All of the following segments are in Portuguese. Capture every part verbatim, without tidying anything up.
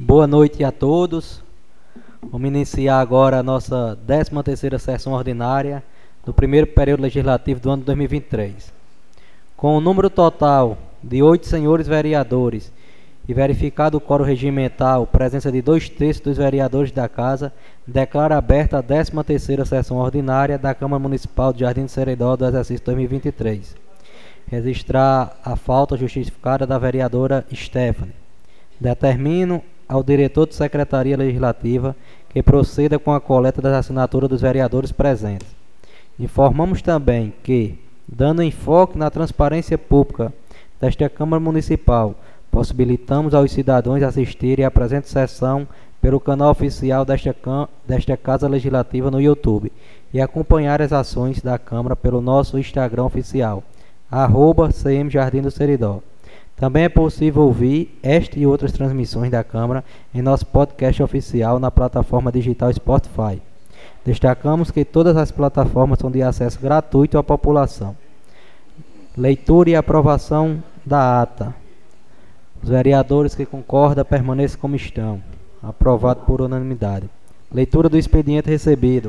Boa noite a todos. Vamos iniciar agora a nossa décima terceira sessão ordinária do primeiro período legislativo do ano dois mil e vinte e três. Com o número total de oito senhores vereadores e verificado o quórum regimental, presença de dois terços dos vereadores da Casa, declaro aberta a décima terceira sessão ordinária da Câmara Municipal de Jardim do Seridó do exercício dois mil e vinte e três. Registrar a falta justificada da vereadora Stephanie. Determino ao diretor de Secretaria Legislativa que proceda com a coleta das assinaturas dos vereadores presentes. Informamos também que, dando enfoque na transparência pública desta Câmara Municipal, possibilitamos aos cidadãos assistirem à presente sessão pelo canal oficial desta, desta Casa Legislativa no YouTube e acompanhar as ações da Câmara pelo nosso Instagram oficial, arroba C M Jardim do Seridó. Também é possível ouvir esta e outras transmissões da Câmara em nosso podcast oficial na plataforma digital Spotify. Destacamos que todas as plataformas são de acesso gratuito à população. Leitura e aprovação da ata. Os vereadores que concordam permaneçam como estão. Aprovado por unanimidade. Leitura do expediente recebido.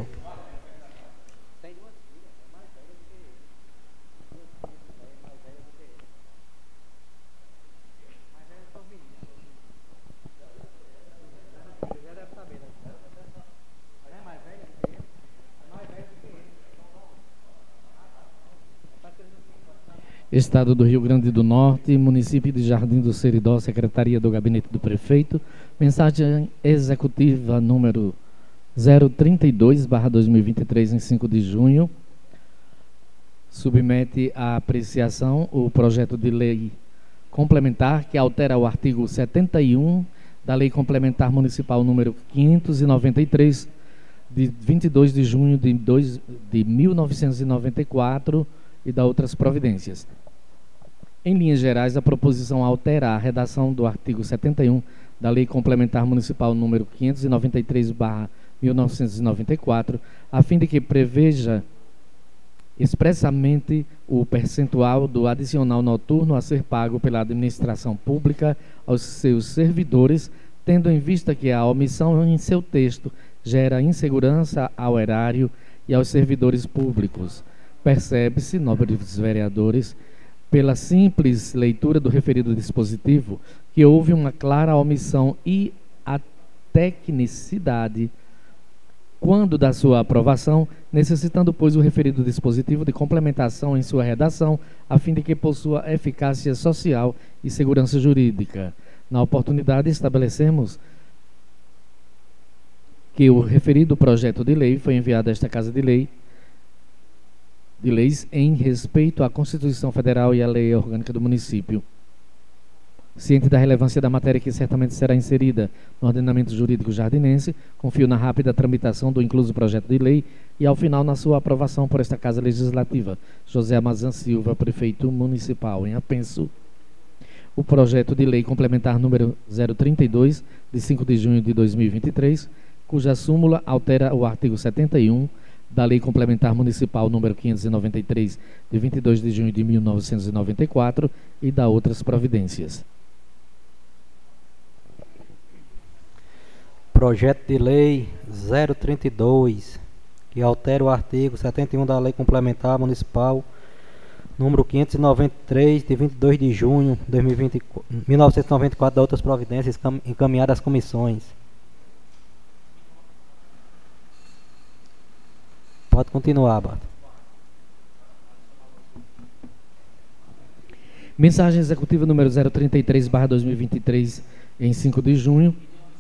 Estado do Rio Grande do Norte, município de Jardim do Seridó, Secretaria do Gabinete do Prefeito, mensagem executiva número zero trinta e dois barra dois mil e vinte e três, em cinco de junho, submete à apreciação o projeto de lei complementar que altera o artigo setenta e um da Lei Complementar Municipal número quinhentos e noventa e três, de vinte e dois de junho de, dois, de mil novecentos e noventa e quatro, e da outras providências. Em linhas gerais, a proposição altera a redação do artigo setenta e um da Lei Complementar Municipal número quinhentos e noventa e três barra mil novecentos e noventa e quatro, a fim de que preveja expressamente o percentual do adicional noturno a ser pago pela administração pública aos seus servidores, tendo em vista que a omissão em seu texto gera insegurança ao erário e aos servidores públicos. Percebe-se, nobres vereadores, pela simples leitura do referido dispositivo, que houve uma clara omissão e a tecnicidade quando da sua aprovação, necessitando, pois, o referido dispositivo de complementação em sua redação, a fim de que possua eficácia social e segurança jurídica. Na oportunidade, estabelecemos que o referido projeto de lei foi enviado a esta Casa de Lei de leis em respeito à Constituição Federal e à Lei Orgânica do Município. Ciente da relevância da matéria que certamente será inserida no ordenamento jurídico jardinense, confio na rápida tramitação do incluso projeto de lei e, ao final, na sua aprovação por esta Casa Legislativa. José Amazan Silva, Prefeito Municipal. Em apenso, o projeto de lei complementar número zero trinta e dois, de cinco de junho de dois mil e vinte e três, cuja súmula altera o artigo setenta e um da Lei Complementar Municipal número quinhentos e noventa e três, de vinte e dois de junho de mil novecentos e noventa e quatro, e da outras providências. Projeto de Lei zero trinta e dois, que altera o artigo setenta e um da Lei Complementar Municipal número quinhentos e noventa e três, de vinte e dois de junho de mil novecentos e noventa e quatro, da outras providências encaminhadas às comissões. Pode continuar, Bato. Mensagem executiva número zero trinta e três barra dois mil e vinte e três, em cinco de junho.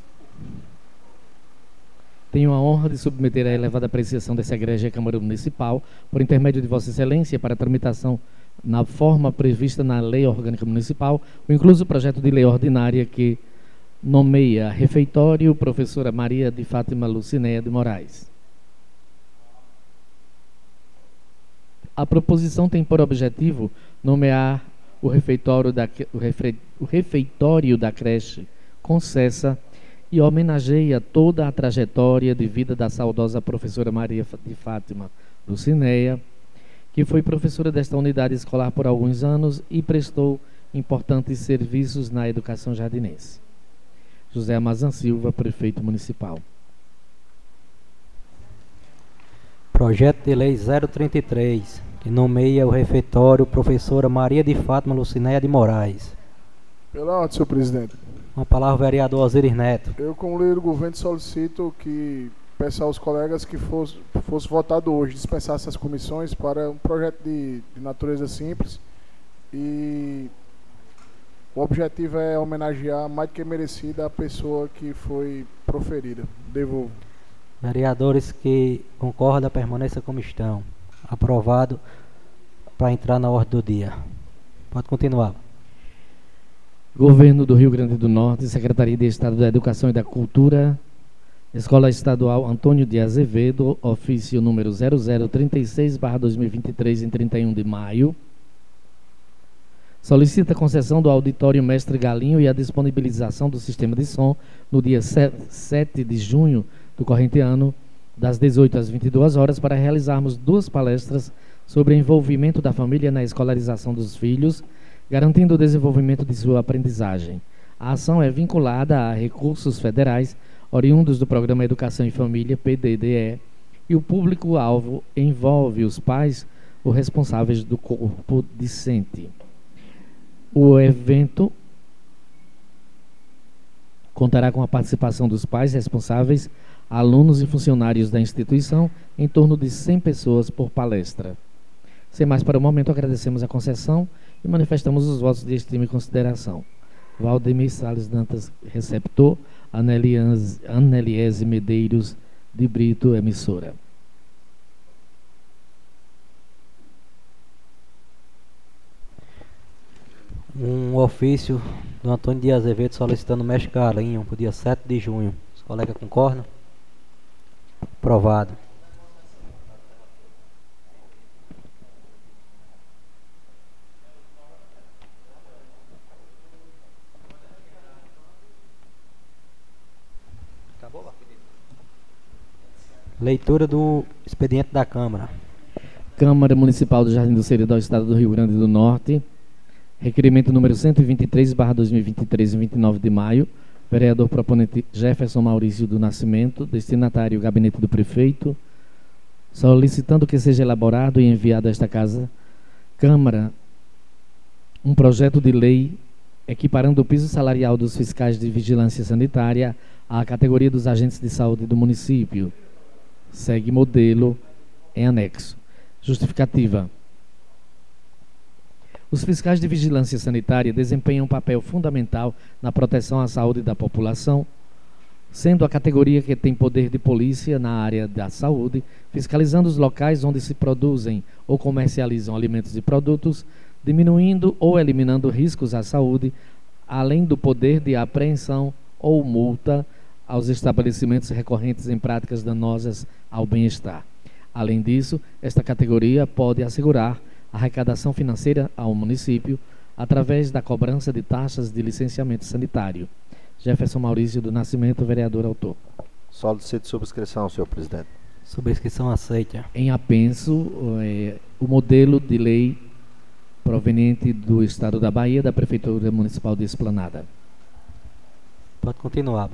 Tenho a honra de submeter à elevada apreciação dessa Igreja Câmara Municipal, por intermédio de Vossa Excelência, para tramitação na forma prevista na Lei Orgânica Municipal, o incluso projeto de lei ordinária que nomeia refeitório professora Maria de Fátima Lucinéia de Moraes. A proposição tem por objetivo nomear o refeitório da, o refe, o refeitório da creche Concessa e homenageia toda a trajetória de vida da saudosa professora Maria de Fátima Lucinéia, que foi professora desta unidade escolar por alguns anos e prestou importantes serviços na educação jardinense. José Amazan Silva, prefeito municipal. Projeto de Lei zero trinta e três, que nomeia o refeitório professora Maria de Fátima Lucinéia de Moraes. Pela ordem, senhor presidente. Uma palavra ao vereador Osiris Neto. Eu, como líder do governo, solicito que peça aos colegas que fosse, fosse votado hoje, dispensar essas comissões para um projeto de, de natureza simples, e o objetivo é homenagear mais do que merecida a pessoa que foi proferida. Devolvo. Vereadores que concordam, permaneça como estão. Aprovado para entrar na ordem do dia. Pode continuar. Governo do Rio Grande do Norte, Secretaria de Estado da Educação e da Cultura, Escola Estadual Antônio de Azevedo, ofício número zero zero trinta e seis barra dois mil e vinte e três, em trinta e um de maio. Solicita a concessão do auditório Mestre Galinho e a disponibilização do sistema de som no dia sete de junho do corrente ano, das dezoito às vinte e duas horas, para realizarmos duas palestras sobre o envolvimento da família na escolarização dos filhos, garantindo o desenvolvimento de sua aprendizagem. A ação é vinculada a recursos federais oriundos do Programa Educação e Família, P D D E, e o público-alvo envolve os pais ou responsáveis do corpo discente. O evento contará com a participação dos pais responsáveis, alunos e funcionários da instituição, em torno de cem pessoas por palestra. Sem mais para o momento, agradecemos a concessão e manifestamos os votos de estima e consideração. Valdemir Salles Dantas, receptor. Aneliese Medeiros de Brito, emissora. Um ofício do Antônio de Azevedo solicitando o Mestre Galinho para o dia sete de junho. Os colegas concordam? Aprovado. Leitura do expediente da Câmara. Câmara Municipal do Jardim do Seridó, Estado do Rio Grande do Norte. Requerimento número cento e vinte e três barra dois mil e vinte e três, em vinte e nove de maio. Vereador proponente Jefferson Maurício do Nascimento. Destinatário Gabinete do Prefeito. Solicitando que seja elaborado e enviado a esta Casa Câmara um projeto de lei equiparando o piso salarial dos fiscais de vigilância sanitária à categoria dos agentes de saúde do município. Segue modelo em anexo. Justificativa. Os fiscais de vigilância sanitária desempenham um papel fundamental na proteção à saúde da população, sendo a categoria que tem poder de polícia na área da saúde, fiscalizando os locais onde se produzem ou comercializam alimentos e produtos, diminuindo ou eliminando riscos à saúde, além do poder de apreensão ou multa aos estabelecimentos recorrentes em práticas danosas ao bem-estar. Além disso, esta categoria pode assegurar a arrecadação financeira ao município através da cobrança de taxas de licenciamento sanitário. Jefferson Maurício do Nascimento, vereador autor. Solicito subscrição, senhor presidente. Subscrição aceita. Em apenso, é, o modelo de lei proveniente do Estado da Bahia, da Prefeitura Municipal de Esplanada. Pode continuar.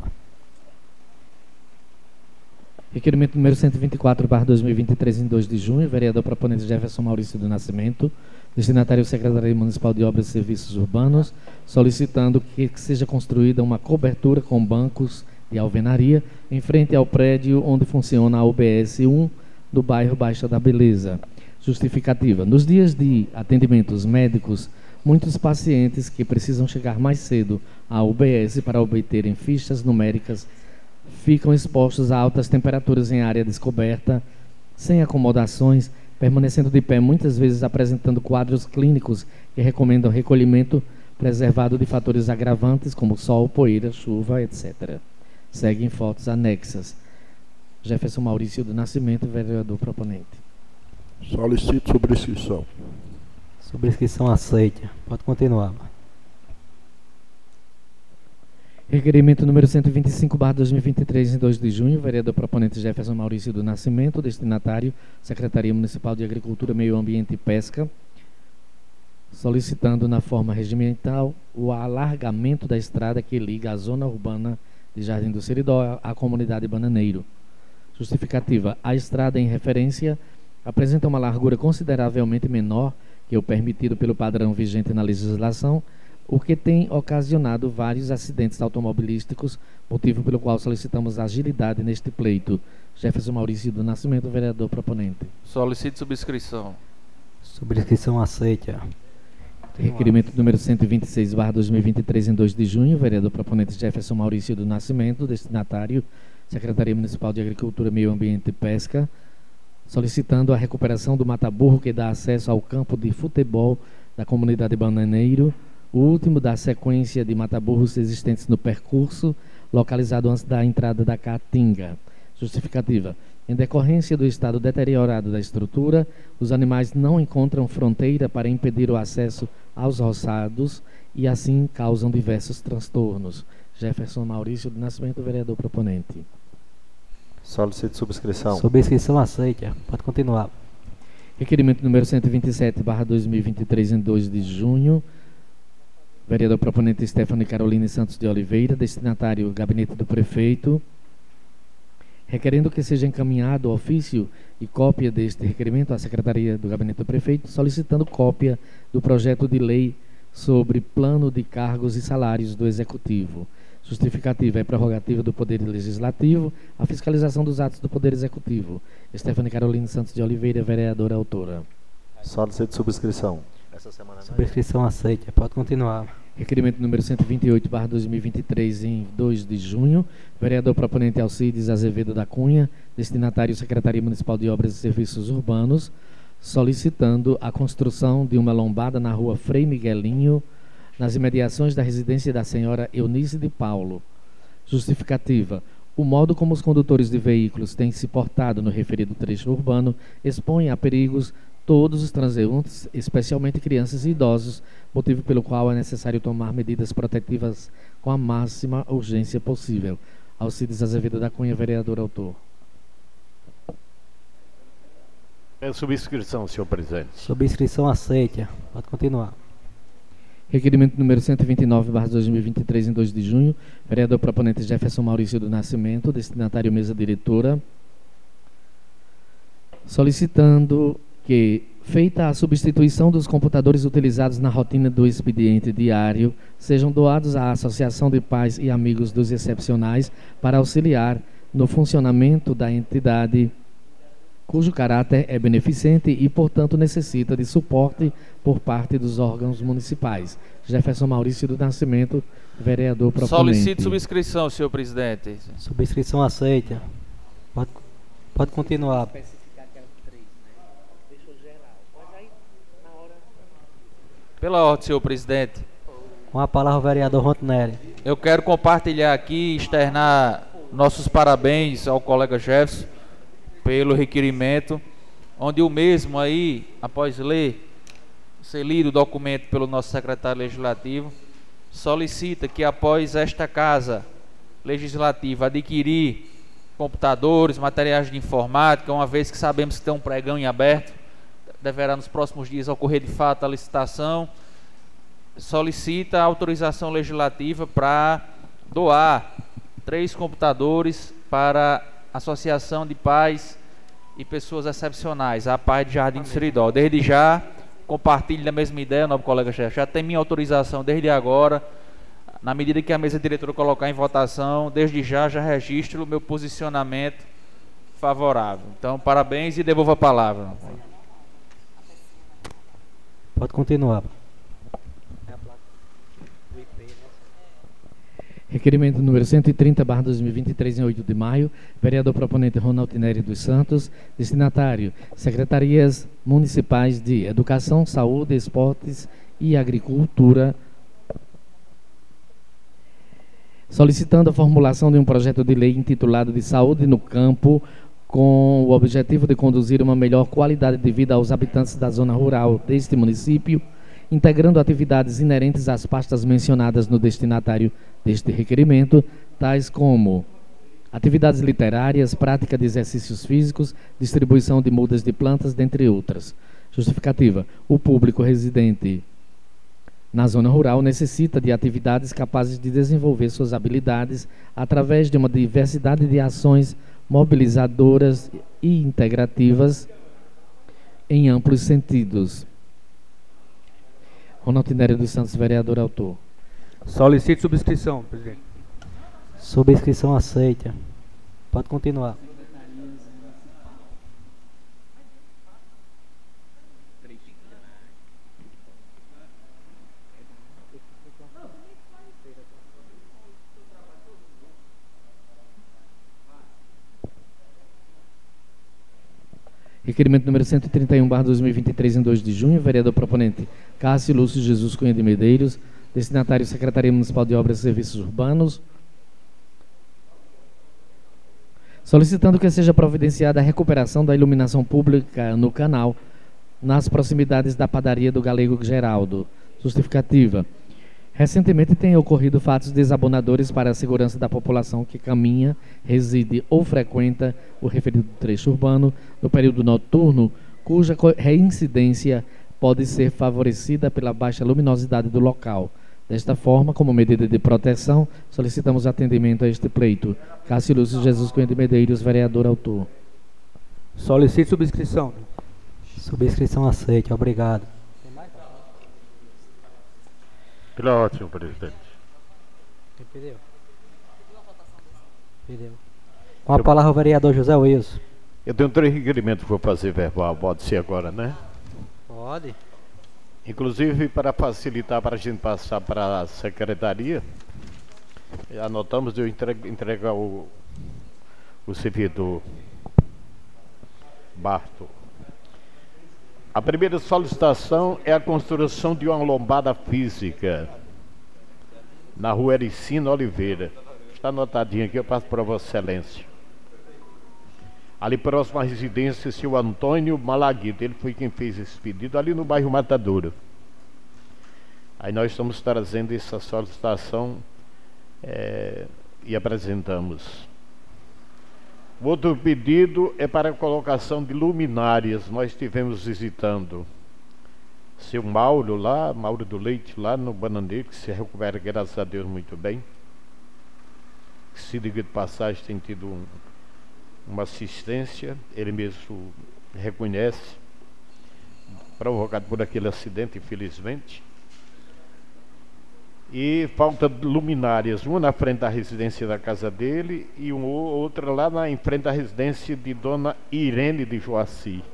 Requerimento número cento e vinte e quatro barra dois mil e vinte e três, em dois de junho, vereador proponente Jefferson Maurício do Nascimento, destinatário Secretaria Municipal de Obras e Serviços Urbanos, solicitando que seja construída uma cobertura com bancos de alvenaria em frente ao prédio onde funciona a U B S um do bairro Baixa da Beleza. Justificativa. Nos dias de atendimentos médicos, muitos pacientes que precisam chegar mais cedo à U B S para obterem fichas numéricas ficam expostos a altas temperaturas em área descoberta, sem acomodações, permanecendo de pé, muitas vezes apresentando quadros clínicos que recomendam recolhimento preservado de fatores agravantes como sol, poeira, chuva, etcétera. Seguem fotos anexas. Jefferson Maurício do Nascimento, vereador proponente. Solicito subscrição. Subscrição aceita. Pode continuar. Requerimento número cento e vinte e cinco barra dois mil e vinte e três, em dois de junho, vereador proponente Jefferson Maurício do Nascimento, destinatário Secretaria Municipal de Agricultura, Meio Ambiente e Pesca, solicitando na forma regimental o alargamento da estrada que liga a zona urbana de Jardim do Seridó à comunidade Bananeiro. Justificativa: a estrada em referência apresenta uma largura consideravelmente menor que o permitido pelo padrão vigente na legislação, o que tem ocasionado vários acidentes automobilísticos, motivo pelo qual solicitamos agilidade neste pleito. Jefferson Maurício do Nascimento, vereador proponente. Solicito subscrição. Subscrição aceita. Requerimento número cento e vinte e seis barra dois mil e vinte e três, em dois de junho, vereador proponente Jefferson Maurício do Nascimento, destinatário Secretaria Municipal de Agricultura, Meio Ambiente e Pesca, solicitando a recuperação do mata-burro que dá acesso ao campo de futebol da comunidade Bananeiro, o último da sequência de mata-burros existentes no percurso, localizado antes da entrada da Caatinga. Justificativa: em decorrência do estado deteriorado da estrutura, os animais não encontram fronteira para impedir o acesso aos roçados e assim causam diversos transtornos. Jefferson Maurício do Nascimento, vereador proponente. Solicito subscrição. Subscrição aceita. Pode continuar. Requerimento número cento e vinte e sete barra dois mil e vinte e três, em dois de junho, vereador proponente Stephanie Caroline Santos de Oliveira, destinatário Gabinete do Prefeito, requerendo que seja encaminhado ofício e cópia deste requerimento à Secretaria do Gabinete do Prefeito, solicitando cópia do projeto de lei sobre plano de cargos e salários do Executivo. Justificativa: é prerrogativa do Poder Legislativo a fiscalização dos atos do Poder Executivo. Stephanie Caroline Santos de Oliveira, vereadora autora. Solicito subscrição. Essa semana não. Subscrição aceita. Pode continuar. Requerimento número cento e vinte e oito barra dois mil e vinte e três, em dois de junho, vereador proponente Alcides Azevedo da Cunha, destinatário Secretaria Municipal de Obras e Serviços Urbanos, solicitando a construção de uma lombada na rua Frei Miguelinho, nas imediações da residência da senhora Eunice de Paulo. Justificativa: o modo como os condutores de veículos têm se portado no referido trecho urbano expõe a perigos todos os transeuntes, especialmente crianças e idosos, motivo pelo qual é necessário tomar medidas protetivas com a máxima urgência possível. Alcides Azevedo da Cunha, vereador autor. É subscrição, senhor presidente. Subscrição aceita. Pode continuar. Requerimento número cento e vinte e nove barra dois mil e vinte e três, em dois de junho, vereador proponente Jefferson Maurício do Nascimento, destinatário mesa diretora, solicitando que, feita a substituição dos computadores utilizados na rotina do expediente diário, sejam doados à Associação de Pais e Amigos dos Excepcionais para auxiliar no funcionamento da entidade cujo caráter é beneficente e, portanto, necessita de suporte por parte dos órgãos municipais. Jefferson Maurício do Nascimento, vereador proponente. Solicito subscrição, senhor presidente. Subscrição aceita. Pode, pode continuar. Pela ordem, senhor presidente. Com a palavra o vereador Rontinelli. Eu quero compartilhar aqui, externar nossos parabéns ao colega Jefferson pelo requerimento, onde o mesmo aí, após ler, ser lido o documento pelo nosso secretário legislativo, solicita que após esta casa legislativa adquirir computadores, materiais de informática, uma vez que sabemos que tem um pregão em aberto, deverá nos próximos dias ocorrer de fato a licitação, solicita a autorização legislativa para doar três computadores para a Associação de Pais e Pessoas Excepcionais, a Paz de Jardim do Seridó. Desde já, compartilhe da mesma ideia, nobre colega chefe. Já tem minha autorização desde agora, na medida que a mesa diretora colocar em votação, desde já já registro o meu posicionamento favorável. Então, parabéns e devolvo a palavra. Pode continuar. Requerimento número cento e trinta barra dois mil e vinte e três, em oito de maio, vereador proponente Ronald Nery dos Santos, destinatário Secretarias Municipais de Educação, Saúde, Esportes e Agricultura, solicitando a formulação de um projeto de lei intitulado de Saúde no Campo, com o objetivo de conduzir uma melhor qualidade de vida aos habitantes da zona rural deste município, integrando atividades inerentes às pastas mencionadas no destinatário deste requerimento, tais como atividades literárias, prática de exercícios físicos, distribuição de mudas de plantas, dentre outras. Justificativa: o público residente na zona rural necessita de atividades capazes de desenvolver suas habilidades através de uma diversidade de ações mobilizadoras e integrativas em amplos sentidos. Ronaldo Tindério dos Santos, vereador autor. Solicito subscrição, presidente. Subscrição aceita. Pode continuar. Requerimento número cento e trinta e um, barra dois mil e vinte e três, em dois de junho, vereador proponente Cássio Lúcio Jesus Cunha de Medeiros, destinatário Secretaria Municipal de Obras e Serviços Urbanos, solicitando que seja providenciada a recuperação da iluminação pública no canal, nas proximidades da padaria do Galego Geraldo. Justificativa. Recentemente tem ocorrido fatos desabonadores para a segurança da população que caminha, reside ou frequenta o referido trecho urbano no período noturno, cuja reincidência pode ser favorecida pela baixa luminosidade do local. Desta forma, como medida de proteção, solicitamos atendimento a este pleito. Cássio Lúcio Jesus Cunha de Medeiros, vereador autor. Solicito subscrição. Subscrição aceita. Obrigado. Pela ótimo, presidente. Perdeu. Perdeu. Com a palavra o vereador José Wilson. Eu tenho três requerimentos que vou fazer verbal, pode ser agora, né? Pode. Inclusive, para facilitar para a gente passar para a secretaria, anotamos de eu entregar, entregar o, o servidor Barto. A primeira solicitação é a construção de uma lombada física na rua Ericino Oliveira. Está anotadinho aqui, eu passo para Vossa Excelência. Ali próximo à residência, seu Antônio Malaguito, ele foi quem fez esse pedido, ali no bairro Matadouro. Aí nós estamos trazendo essa solicitação é, e apresentamos. O outro pedido é para a colocação de luminárias. Nós estivemos visitando seu Mauro lá, Mauro do Leite, lá no Bananeiro, que se recupera, graças a Deus, muito bem. Se diga de passagem, tem tido um, uma assistência, ele mesmo reconhece, provocado por aquele acidente, infelizmente. E falta luminárias, uma na frente da residência da casa dele e uma outra lá na, em frente da residência de Dona Irene de Joaci.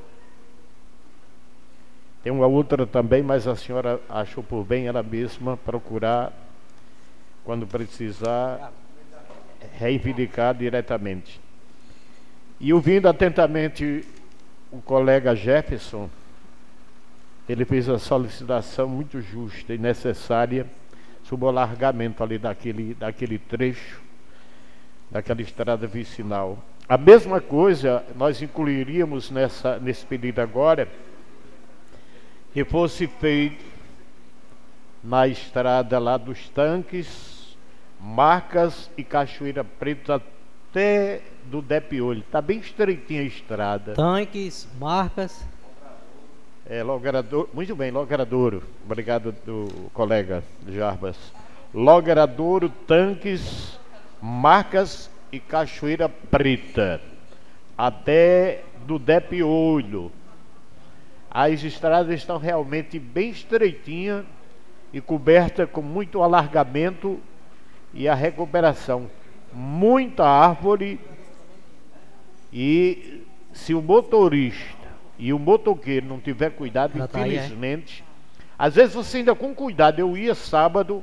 Tem uma outra também, mas a senhora achou por bem ela mesma procurar, quando precisar, reivindicar diretamente. E ouvindo atentamente o colega Jefferson, ele fez a solicitação muito justa e necessária sobre o alargamento ali daquele, daquele trecho, daquela estrada vicinal. A mesma coisa nós incluiríamos nessa, nesse pedido agora, que fosse feito na estrada lá dos Tanques, Marcas e Cachoeira Preta, até do Depiolho. Está bem estreitinha a estrada. Tanques, Marcas... É, Logrador, muito bem, Logradouro. Obrigado, do colega Jarbas. Logradouro, Tanques, Marcas e Cachoeira Preta, até do Depiolho. As estradas estão realmente bem estreitinhas e cobertas com muito alargamento e a recuperação. Muita árvore, e se o motorista e o motoqueiro não tiver cuidado, já infelizmente, tá aí, é? Às vezes você ainda com cuidado. Eu ia sábado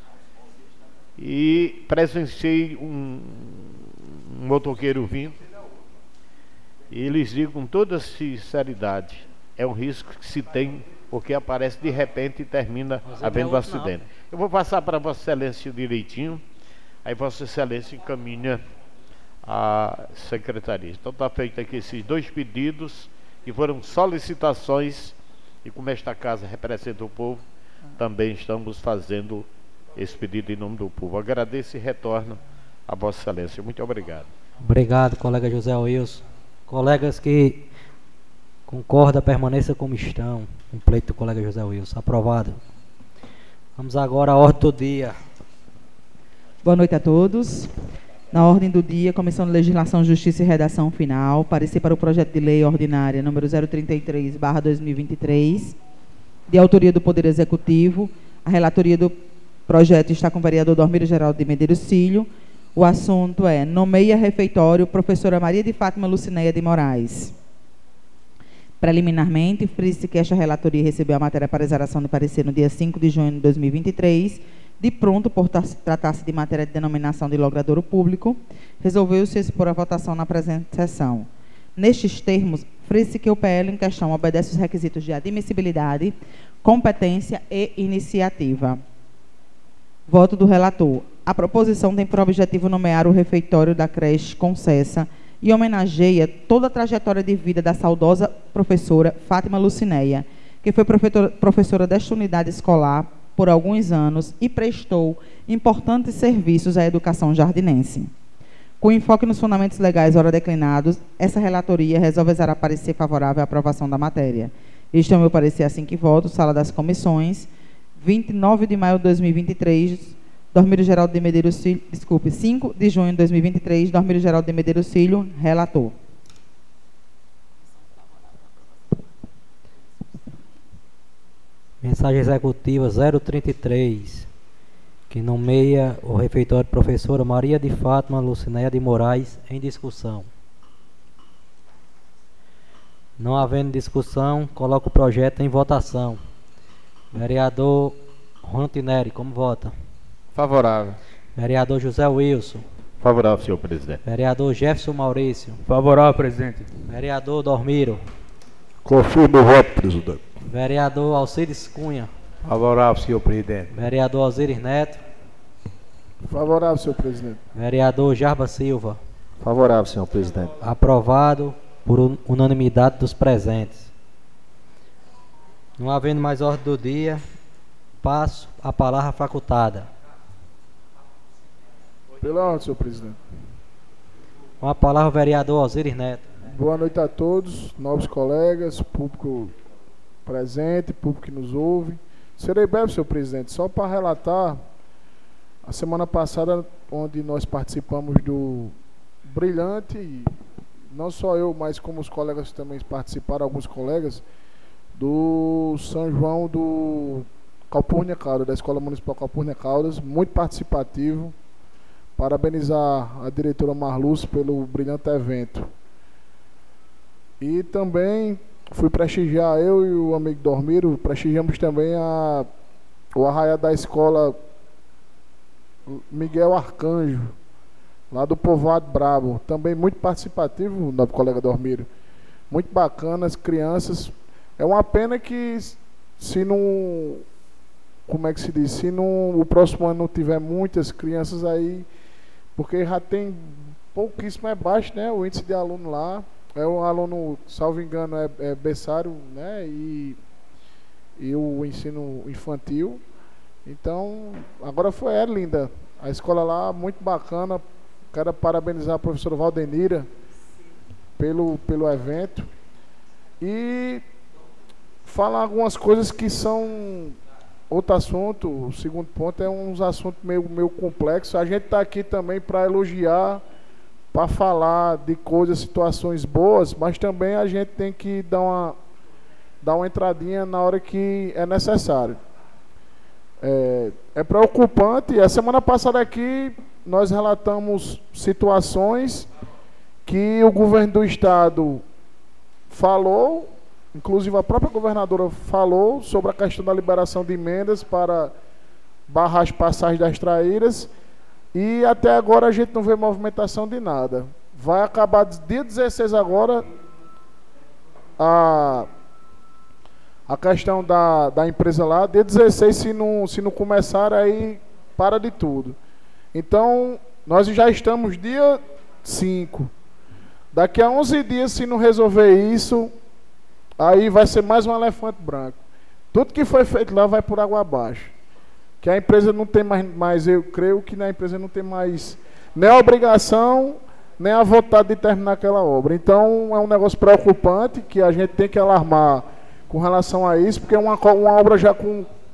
e presenciei um, um motoqueiro vindo, e eles digo com toda sinceridade, é um risco que se tem, porque aparece de repente e termina havendo um acidente. Eu vou passar para Vossa Excelência direitinho, aí Vossa Excelência encaminha a secretaria. Então está feito aqui esses dois pedidos, que foram solicitações, e como esta casa representa o povo, também estamos fazendo esse pedido em nome do povo. Agradeço e retorno a Vossa Excelência. Muito obrigado. Obrigado, colega José Wilson. Colegas que concordam, permaneçam como estão. Um pleito do colega José Wilson. Aprovado. Vamos agora à ordem do dia. Boa noite a todos. Na ordem do dia, Comissão de Legislação, Justiça e Redação Final, parecer para o projeto de lei ordinária número zero trinta e três barra dois mil e vinte e três, de autoria do Poder Executivo. A relatoria do projeto está com o vereador Dormiro Geraldo de Medeiros Filho. O assunto é: nomeia refeitório professora Maria de Fátima Lucinéia de Moraes. Preliminarmente, frise que esta relatoria recebeu a matéria para exaração de parecer no dia cinco de junho de dois mil e vinte e três. De pronto, por tratar-se de matéria de denominação de logradouro público, resolveu-se expor a votação na presente sessão. Nestes termos, frise que o P L em questão obedece os requisitos de admissibilidade, competência e iniciativa. Voto do relator. A proposição tem por objetivo nomear o refeitório da creche Concessa e homenageia toda a trajetória de vida da saudosa professora Fátima Lucinéia, que foi professora desta unidade escolar por alguns anos e prestou importantes serviços à educação jardinense. Com enfoque nos fundamentos legais ora declinados, essa relatoria resolve exarar parecer favorável à aprovação da matéria. Este é o meu parecer assim que voto. Sala das Comissões, vinte e nove de maio de dois mil e vinte e três, Dormiro Geraldo de Medeiros Filho, desculpe, cinco de junho de dois mil e vinte e três, Dormiro Geraldo de Medeiros Filho, relator. Mensagem executiva zero trinta e três, que nomeia o refeitório professora Maria de Fátima Lucinéia de Moraes em discussão. Não havendo discussão, coloco o projeto em votação. Vereador Rontineri, como vota? Favorável. Vereador José Wilson. Favorável, senhor presidente. Vereador Jefferson Maurício. Favorável, presidente. Vereador Dormiro. Confirmo o voto, presidente. Vereador Alcides Cunha. Favorável, senhor presidente. Vereador Osiris Neto. Favorável, senhor presidente. Vereador Jarba Silva. Favorável, senhor presidente. Aprovado por unanimidade dos presentes. Não havendo mais ordem do dia, passo a palavra facultada. Pela ordem, senhor presidente. Com a palavra o vereador Osiris Neto. Boa noite a todos, novos colegas, público presente, público que nos ouve. Serei breve, senhor presidente, só para relatar, a semana passada, onde nós participamos do brilhante, não só eu, mas como os colegas também participaram, alguns colegas, do São João do Calpurnia Caldas, da Escola Municipal Calpurnia Caldas, muito participativo. Parabenizar a diretora Marluz pelo brilhante evento. E também fui prestigiar, eu e o amigo Dormiro, prestigiamos também a, o arraiá da escola Miguel Arcanjo, lá do Povoado Brabo. Também muito participativo, nosso colega Dormiro. Muito bacana, as crianças. É uma pena que se não... Como é que se diz? Se não, o próximo ano não tiver muitas crianças aí, porque já tem pouquíssimo, é baixo, né? O índice de aluno lá. É um aluno, salvo engano, é, é berçário, né? E, e o ensino infantil. Então, agora foi, é linda. A escola lá, muito bacana. Quero parabenizar a professora Valdenira pelo, pelo evento. E falar algumas coisas que são... Outro assunto, o segundo ponto, é uns assuntos meio, meio complexos. A gente está aqui também para elogiar, para falar de coisas, situações boas, mas também a gente tem que dar uma, dar uma entradinha na hora que é necessário. É, é preocupante. A semana passada aqui nós relatamos situações que o governo do estado falou, inclusive a própria governadora falou sobre a questão da liberação de emendas para barrar as passagens das traíras, e até agora a gente não vê movimentação de nada. Vai acabar dia dezesseis agora a, a questão da, da empresa lá. Dia dezesseis, se não, se não começar, aí para de tudo. Então, nós já estamos dia cinco. Daqui a onze dias, se não resolver isso, aí vai ser mais um elefante branco. Tudo que foi feito lá vai por água abaixo. Que a empresa não tem mais, mais, eu creio que na empresa não tem mais nem a obrigação, nem a vontade de terminar aquela obra. Então é um negócio preocupante que a gente tem que alarmar com relação a isso, porque é uma, uma obra já com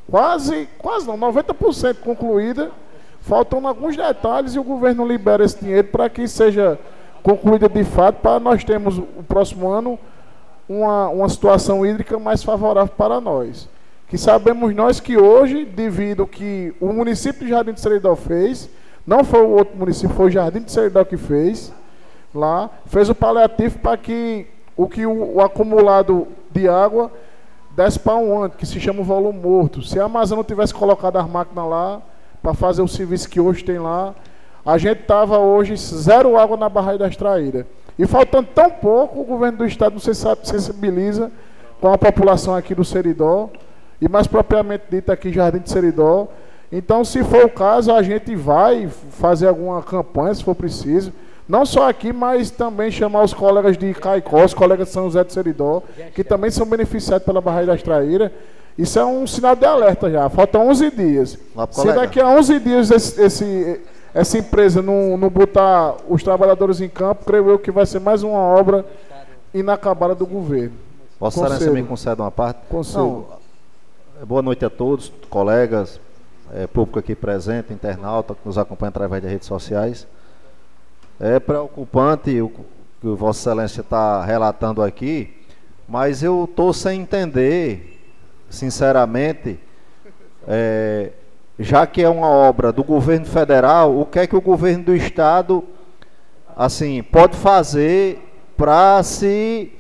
quase, quase não, noventa por cento concluída. Faltam alguns detalhes e o governo libera esse dinheiro para que seja concluída de fato, para nós termos o próximo ano uma, uma situação hídrica mais favorável para nós. Que sabemos nós que hoje, devido que o município de Jardim de Seridó fez, não foi o outro município, foi o Jardim de Seridó que fez, lá, fez o paliativo para que o que o, o acumulado de água desce para um ano, que se chama o volume morto. Se a Amazônia não tivesse colocado as máquinas lá, para fazer o serviço que hoje tem lá, a gente estava hoje zero água na barragem das Traíras. E faltando tão pouco, o governo do estado não se sensibiliza com a população aqui do Seridó, e mais propriamente dito aqui Jardim de Seridó. Então, se for o caso, a gente vai fazer alguma campanha, se for preciso, não só aqui, mas também chamar os colegas de Caicó, os colegas de São José de Seridó, que também são beneficiados pela barragem das Traíras. Isso é um sinal de alerta já, faltam onze dias. Se daqui a onze dias esse, esse, essa empresa não, não botar os trabalhadores em campo, creio eu que vai ser mais uma obra inacabada do governo. Vossa Excelência me concede uma parte? Conselho. Não, boa noite a todos, colegas, é, público aqui presente, internauta, que nos acompanha através das redes sociais. É preocupante o que o Vossa Excelência está relatando aqui, mas eu estou sem entender, sinceramente, é, já que é uma obra do governo federal, o que é que o governo do estado, assim, pode fazer para se...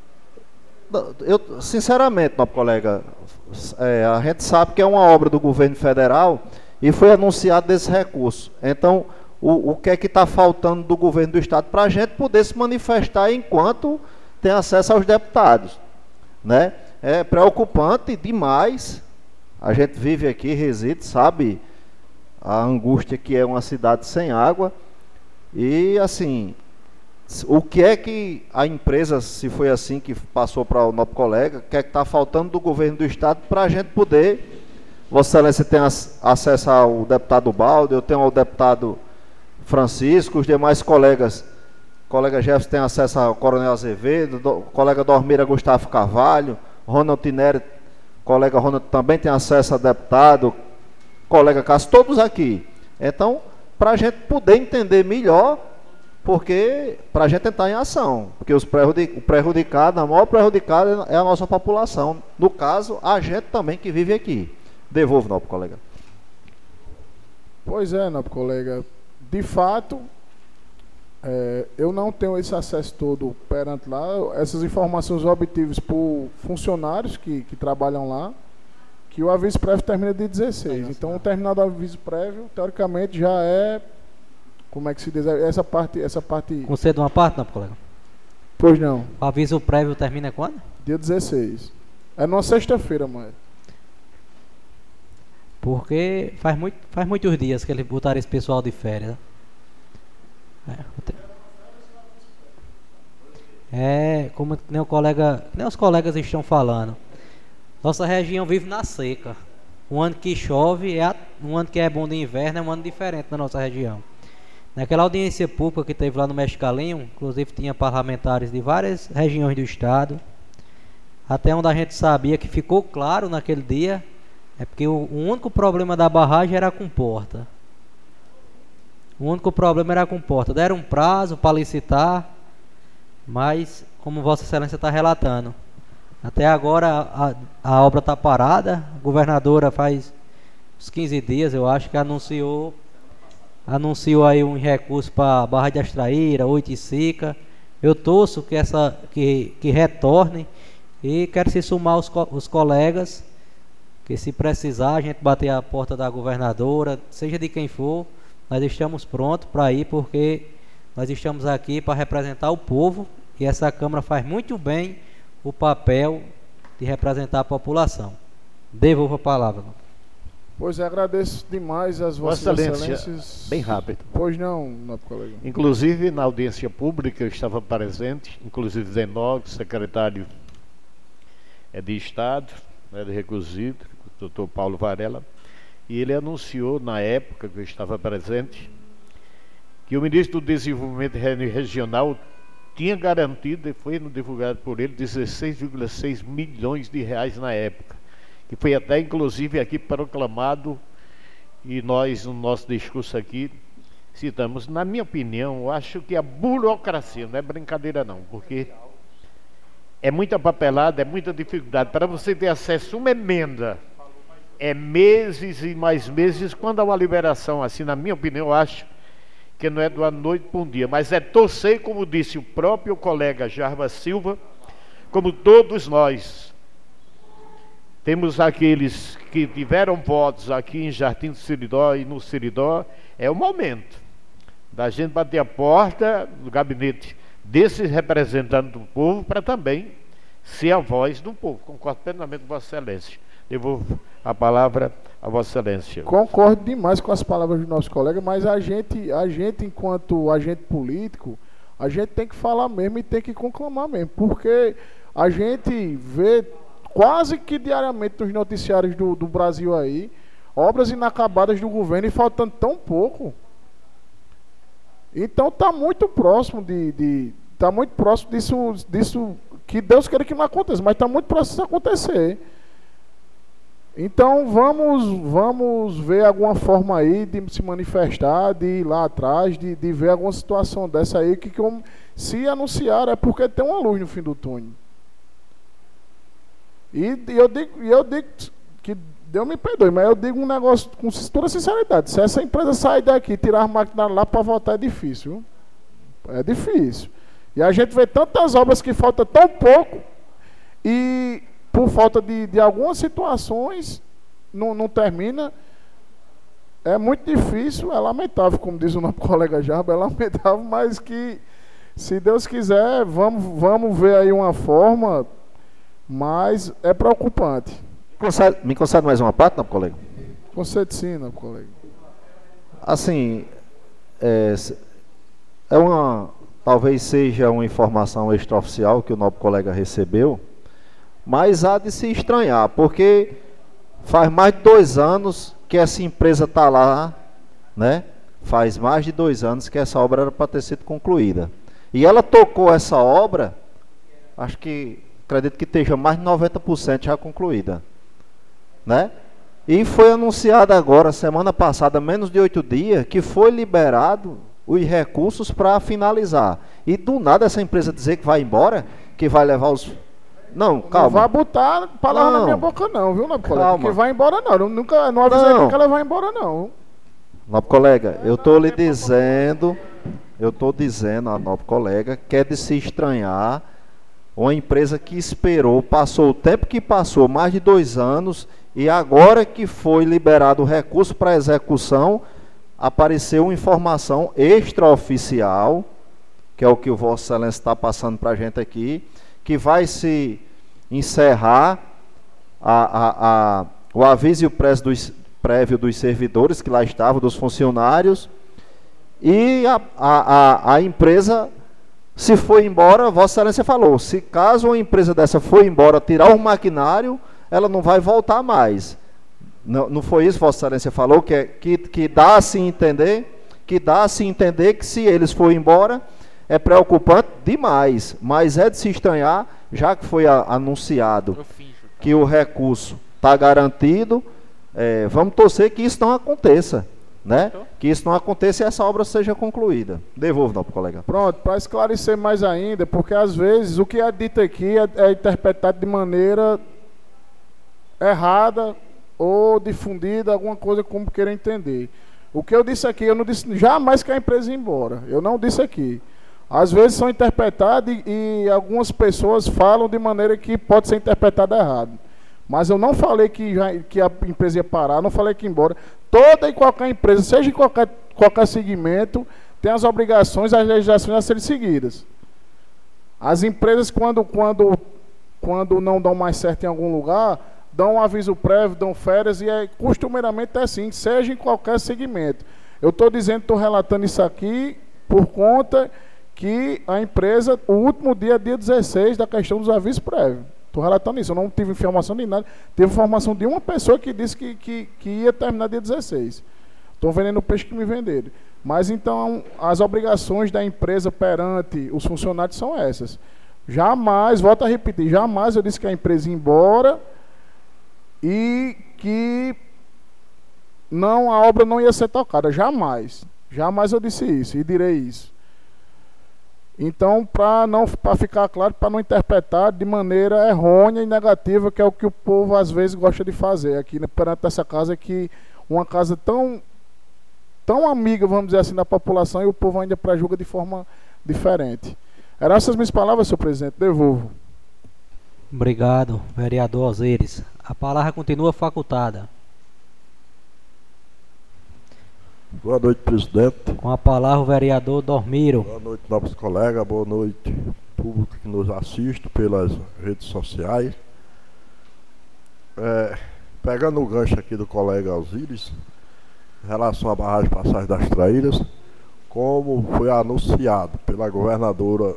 Eu, sinceramente, nosso colega, é, a gente sabe que é uma obra do governo federal e foi anunciado desse recurso. Então, o, o que é que está faltando do governo do estado para a gente poder se manifestar enquanto tem acesso aos deputados, né? É preocupante demais. A gente vive aqui, reside, sabe a angústia que é uma cidade sem água. E assim, o que é que a empresa, se foi assim que passou para o nosso colega, o que é que está faltando do governo do estado para a gente poder... Vossa Excelência tem acesso ao deputado Baldo, eu tenho ao deputado Francisco, os demais colegas, colega Jefferson tem acesso ao Coronel Azevedo, do, colega Dormira Gustavo Carvalho, Ronald Tineri, colega Ronald também tem acesso a deputado, colega Cássio, todos aqui. Então, para a gente poder entender melhor, porque para a gente entrar em ação, porque os prejudic, o prejudicado, a maior prejudicada é a nossa população, no caso, a gente também que vive aqui. Devolvo, nobre colega. Pois é, nobre colega. De fato, é, eu não tenho esse acesso todo perante lá. Essas informações obtidas por funcionários que, que trabalham lá, que o aviso prévio termina de dezesseis. Então, terminado o aviso prévio, teoricamente já é... Como é que se diz? Essa parte... Essa parte... Conceda uma parte, nobre colega? Pois não. O aviso prévio termina quando? Dia dezesseis. É numa sexta-feira, mãe. Porque faz, muito, faz muitos dias que eles botaram esse pessoal de férias. É, é como nem, o colega, nem os colegas estão falando. Nossa região vive na seca. Um ano que chove, é a, um ano que é bom de inverno, é um ano diferente na nossa região. Naquela audiência pública que teve lá no Mexicalinho, inclusive tinha parlamentares de várias regiões do estado. Até onde a gente sabia que ficou claro naquele dia, é porque o, o único problema da barragem era a comporta. O único problema era a comporta. Deram um prazo para licitar, mas, como Vossa Excelência está relatando, até agora a, a obra está parada. A governadora faz uns quinze dias, eu acho, que anunciou, anunciou aí um recurso para a Barra de Astraíra, Oiticica. Eu torço que, essa, que, que retorne e quero se sumar os, co os colegas, que se precisar a gente bater a porta da governadora, seja de quem for, nós estamos prontos para ir, porque nós estamos aqui para representar o povo e essa Câmara faz muito bem o papel de representar a população. Devolvo a palavra. Pois é, agradeço demais as Vossas Excelência, Excelências. bem rápido. Pois não, nobre colega. Inclusive, na audiência pública, eu estava presente, inclusive Zenog, secretário de Estado, né, de Recursos, doutor Paulo Varela, e ele anunciou, na época que eu estava presente, que o ministro do Desenvolvimento Regional tinha garantido, e foi divulgado por ele, dezesseis vírgula seis milhões de reais na época, que foi até inclusive aqui proclamado, e nós no nosso discurso aqui citamos. Na minha opinião, eu acho que a burocracia, não é brincadeira não, porque é muita papelada, é muita dificuldade. Para você ter acesso a uma emenda, é meses e mais meses. Quando há uma liberação assim, na minha opinião, eu acho que não é de uma noite para um dia, mas é torcer, como disse o próprio colega Jarbas Silva, como todos nós. Temos aqueles que tiveram votos aqui em Jardim do Seridó e no Seridó. É o momento da gente bater a porta do gabinete desses representantes do povo para também ser a voz do povo. Concordo plenamente com Vossa Excelência. Devolvo a palavra a Vossa Excelência. Concordo demais com as palavras do nosso colega, mas a gente, a gente, enquanto agente político, a gente tem que falar mesmo e tem que conclamar mesmo, porque a gente vê quase que diariamente nos noticiários do, do Brasil aí, obras inacabadas do governo e faltando tão pouco. Então está muito próximo de, de tá muito próximo disso, disso que Deus queira que não aconteça, mas está muito próximo de acontecer. Então vamos, vamos ver alguma forma aí de se manifestar, de ir lá atrás, de, de ver alguma situação dessa aí, que, que se anunciar é porque tem uma luz no fim do túnel. E, e eu digo, eu digo que Deus me perdoe, mas eu digo um negócio com toda sinceridade. Se essa empresa sair daqui e tirar as máquinas lá para votar, é difícil. Viu? É difícil. E a gente vê tantas obras que falta tão pouco e por falta de, de algumas situações não, não termina. É muito difícil, é lamentável, como diz o nosso colega Jarba, é lamentável, mas que, se Deus quiser, vamos, vamos ver aí uma forma, mas é preocupante. Me concede mais uma parte, não, colega? Concede sim, não, colega. Assim, é, é uma, talvez seja uma informação extraoficial que o nosso colega recebeu, mas há de se estranhar, porque faz mais de dois anos que essa empresa está lá, né? Faz mais de dois anos que essa obra era para ter sido concluída. E ela tocou essa obra, acho que, acredito que esteja mais de noventa por cento já concluída. Né? E foi anunciado agora, semana passada, menos de oito dias, que foi liberado os recursos para finalizar. E do nada essa empresa dizer que vai embora, que vai levar os... Não, calma. Não vai botar palavra na minha boca não, viu, Nobre Colega? Calma. Que vai embora não, eu nunca, não avisei não. que ela vai embora não. Nobre Colega, eu estou lhe dizendo, eu estou dizendo a Nobre Colega, que é de se estranhar uma empresa que esperou, passou o tempo que passou, mais de dois anos, e agora que foi liberado o recurso para execução, apareceu uma informação extraoficial, que é o que o Vossa Excelência está passando para a gente aqui, que vai se encerrar a, a, a, o aviso e o prévio dos, prévio dos servidores que lá estavam, dos funcionários, e a, a, a, a empresa se foi embora. Vossa Excelência falou, se caso uma empresa dessa for embora, tirar o maquinário, ela não vai voltar mais. Não, não foi isso, Vossa Excelência falou, que, é, que, que dá a se entender, que dá a se entender que se eles forem embora, é preocupante demais, mas é de se estranhar, já que foi a, anunciado que o recurso está garantido, é, vamos torcer que isso não aconteça, né? Que isso não aconteça e essa obra seja concluída. Devolvo, não, colega. Pronto, para esclarecer mais ainda, porque às vezes o que é dito aqui é, é interpretado de maneira errada ou difundida, alguma coisa como queira entender. O que eu disse aqui, eu não disse jamais que a empresa ia embora, eu não disse aqui. Às vezes são interpretadas e, e algumas pessoas falam de maneira que pode ser interpretada errado. Mas eu não falei que, já, que a empresa ia parar, não falei que ia embora. Toda e qualquer empresa, seja em qualquer, qualquer segmento, tem as obrigações, as legislações a serem seguidas. As empresas, quando, quando, quando não dão mais certo em algum lugar, dão um aviso prévio, dão férias, e é, costumeiramente é assim, seja em qualquer segmento. Eu estou dizendo, estou relatando isso aqui por conta que a empresa, o último dia é dia dezesseis da questão dos avisos prévios. Estou relatando isso, eu não tive informação de nada. Teve informação de uma pessoa que disse que, que, que ia terminar dia dezesseis. Estou vendendo o peixe que me venderam. Mas então, as obrigações da empresa perante os funcionários são essas. Jamais, volto a repetir, jamais eu disse que a empresa ia embora e que não, a obra não ia ser tocada, jamais. Jamais eu disse isso e direi isso. Então, para não, para ficar claro, para não interpretar de maneira errônea e negativa, que é o que o povo às vezes gosta de fazer aqui, né, perante essa casa, que uma casa tão, tão amiga, vamos dizer assim, da população, e o povo ainda pré-julga de forma diferente. Eram essas minhas palavras, senhor presidente. Devolvo. Obrigado, vereador Osíris. A palavra continua facultada. Boa noite, presidente. Com a palavra o vereador Dormiro. Boa noite, novos colegas. Boa noite, público que nos assiste pelas redes sociais. É, pegando o gancho aqui do colega Osíris, em relação à barragem Passagem das Traíras, como foi anunciado pela governadora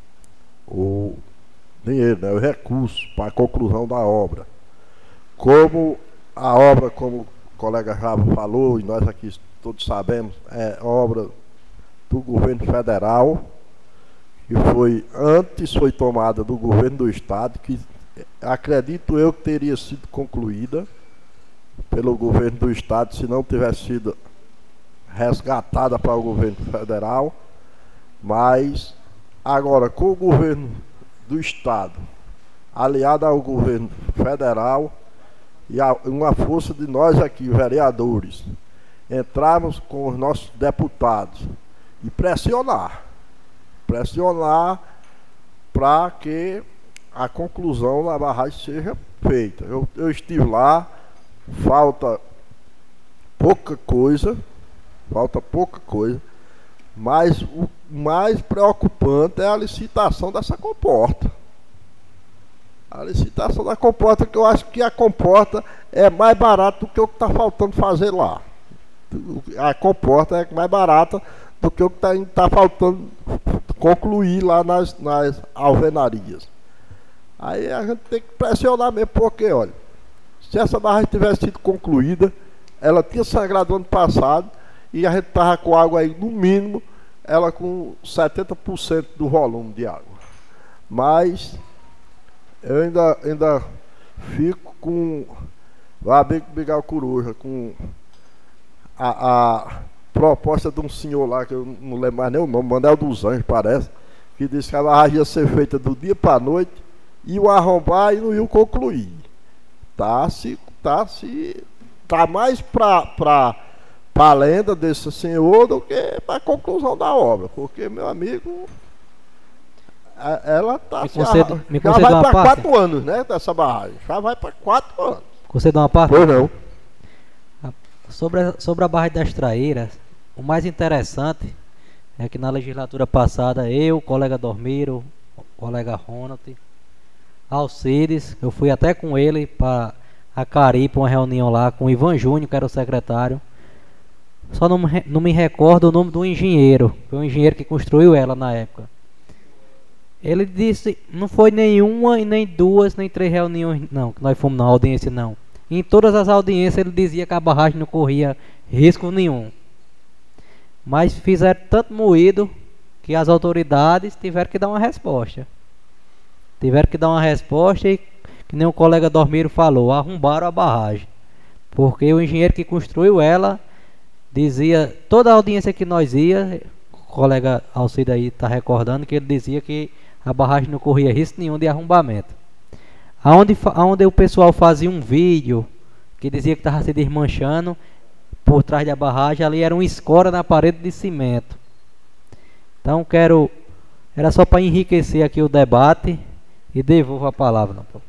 o dinheiro, né, o recurso para a conclusão da obra. Como a obra, como o colega já falou, e nós aqui todos sabemos, é obra do governo federal, que foi, antes foi tomada do governo do estado, que acredito eu que teria sido concluída pelo governo do estado, se não tivesse sido resgatada para o governo federal. Mas agora, com o governo do estado aliado ao governo federal e a uma força de nós aqui, vereadores, entrarmos com os nossos deputados e pressionar, pressionar para que a conclusão da barragem seja feita. Eu, eu estive lá, falta pouca coisa, falta pouca coisa, mas o mais preocupante é a licitação dessa comporta. A licitação da comporta, que eu acho que a comporta é mais barata do que o que está faltando fazer lá. A comporta é mais barata do que o que está tá faltando concluir lá nas, nas alvenarias. Aí a gente tem que pressionar mesmo, porque, olha, se essa barragem tivesse sido concluída, ela tinha sangrado ano passado e a gente estava com água aí, no mínimo, ela com setenta por cento do volume de água. Mas eu ainda, ainda fico com lá bem com Miguel Coruja, com a, a proposta de um senhor lá, que eu não lembro mais nem o nome, Manuel dos Anjos, parece, que disse que a barragem ia ser feita do dia para a noite, iam arrombar e não iam concluir. Tá se, tá se, tá mais para para a lenda desse senhor do que para a conclusão da obra, porque, meu amigo, ela tá me conceda, já, me já vai para parte. quatro anos, né, dessa barragem, já vai para quatro anos. Conceda uma parte? Pois não. Sobre a, sobre a barragem das Traíras, o mais interessante é que na legislatura passada, eu, o colega Dormiro, o colega Ronald, Alcides, eu fui até com ele para a Cari, para uma reunião lá com o Ivan Júnior, que era o secretário. Só não, não me recordo o nome do engenheiro, foi o engenheiro que construiu ela na época. Ele disse, não foi nenhuma, nem duas, nem três reuniões, não, que nós fomos na audiência, não. Em todas as audiências ele dizia que a barragem não corria risco nenhum. Mas fizeram tanto moído que as autoridades tiveram que dar uma resposta. Tiveram que dar uma resposta e, que nem o colega Dormiro falou, arrombaram a barragem. Porque o engenheiro que construiu ela dizia, toda a audiência que nós ia, o colega Alcide aí está recordando, que ele dizia que a barragem não corria risco nenhum de arrombamento. Aonde, aonde o pessoal fazia um vídeo que dizia que estava se desmanchando por trás da barragem, ali era uma escora na parede de cimento. Então quero, era só para enriquecer aqui o debate e devolvo a palavra. Não.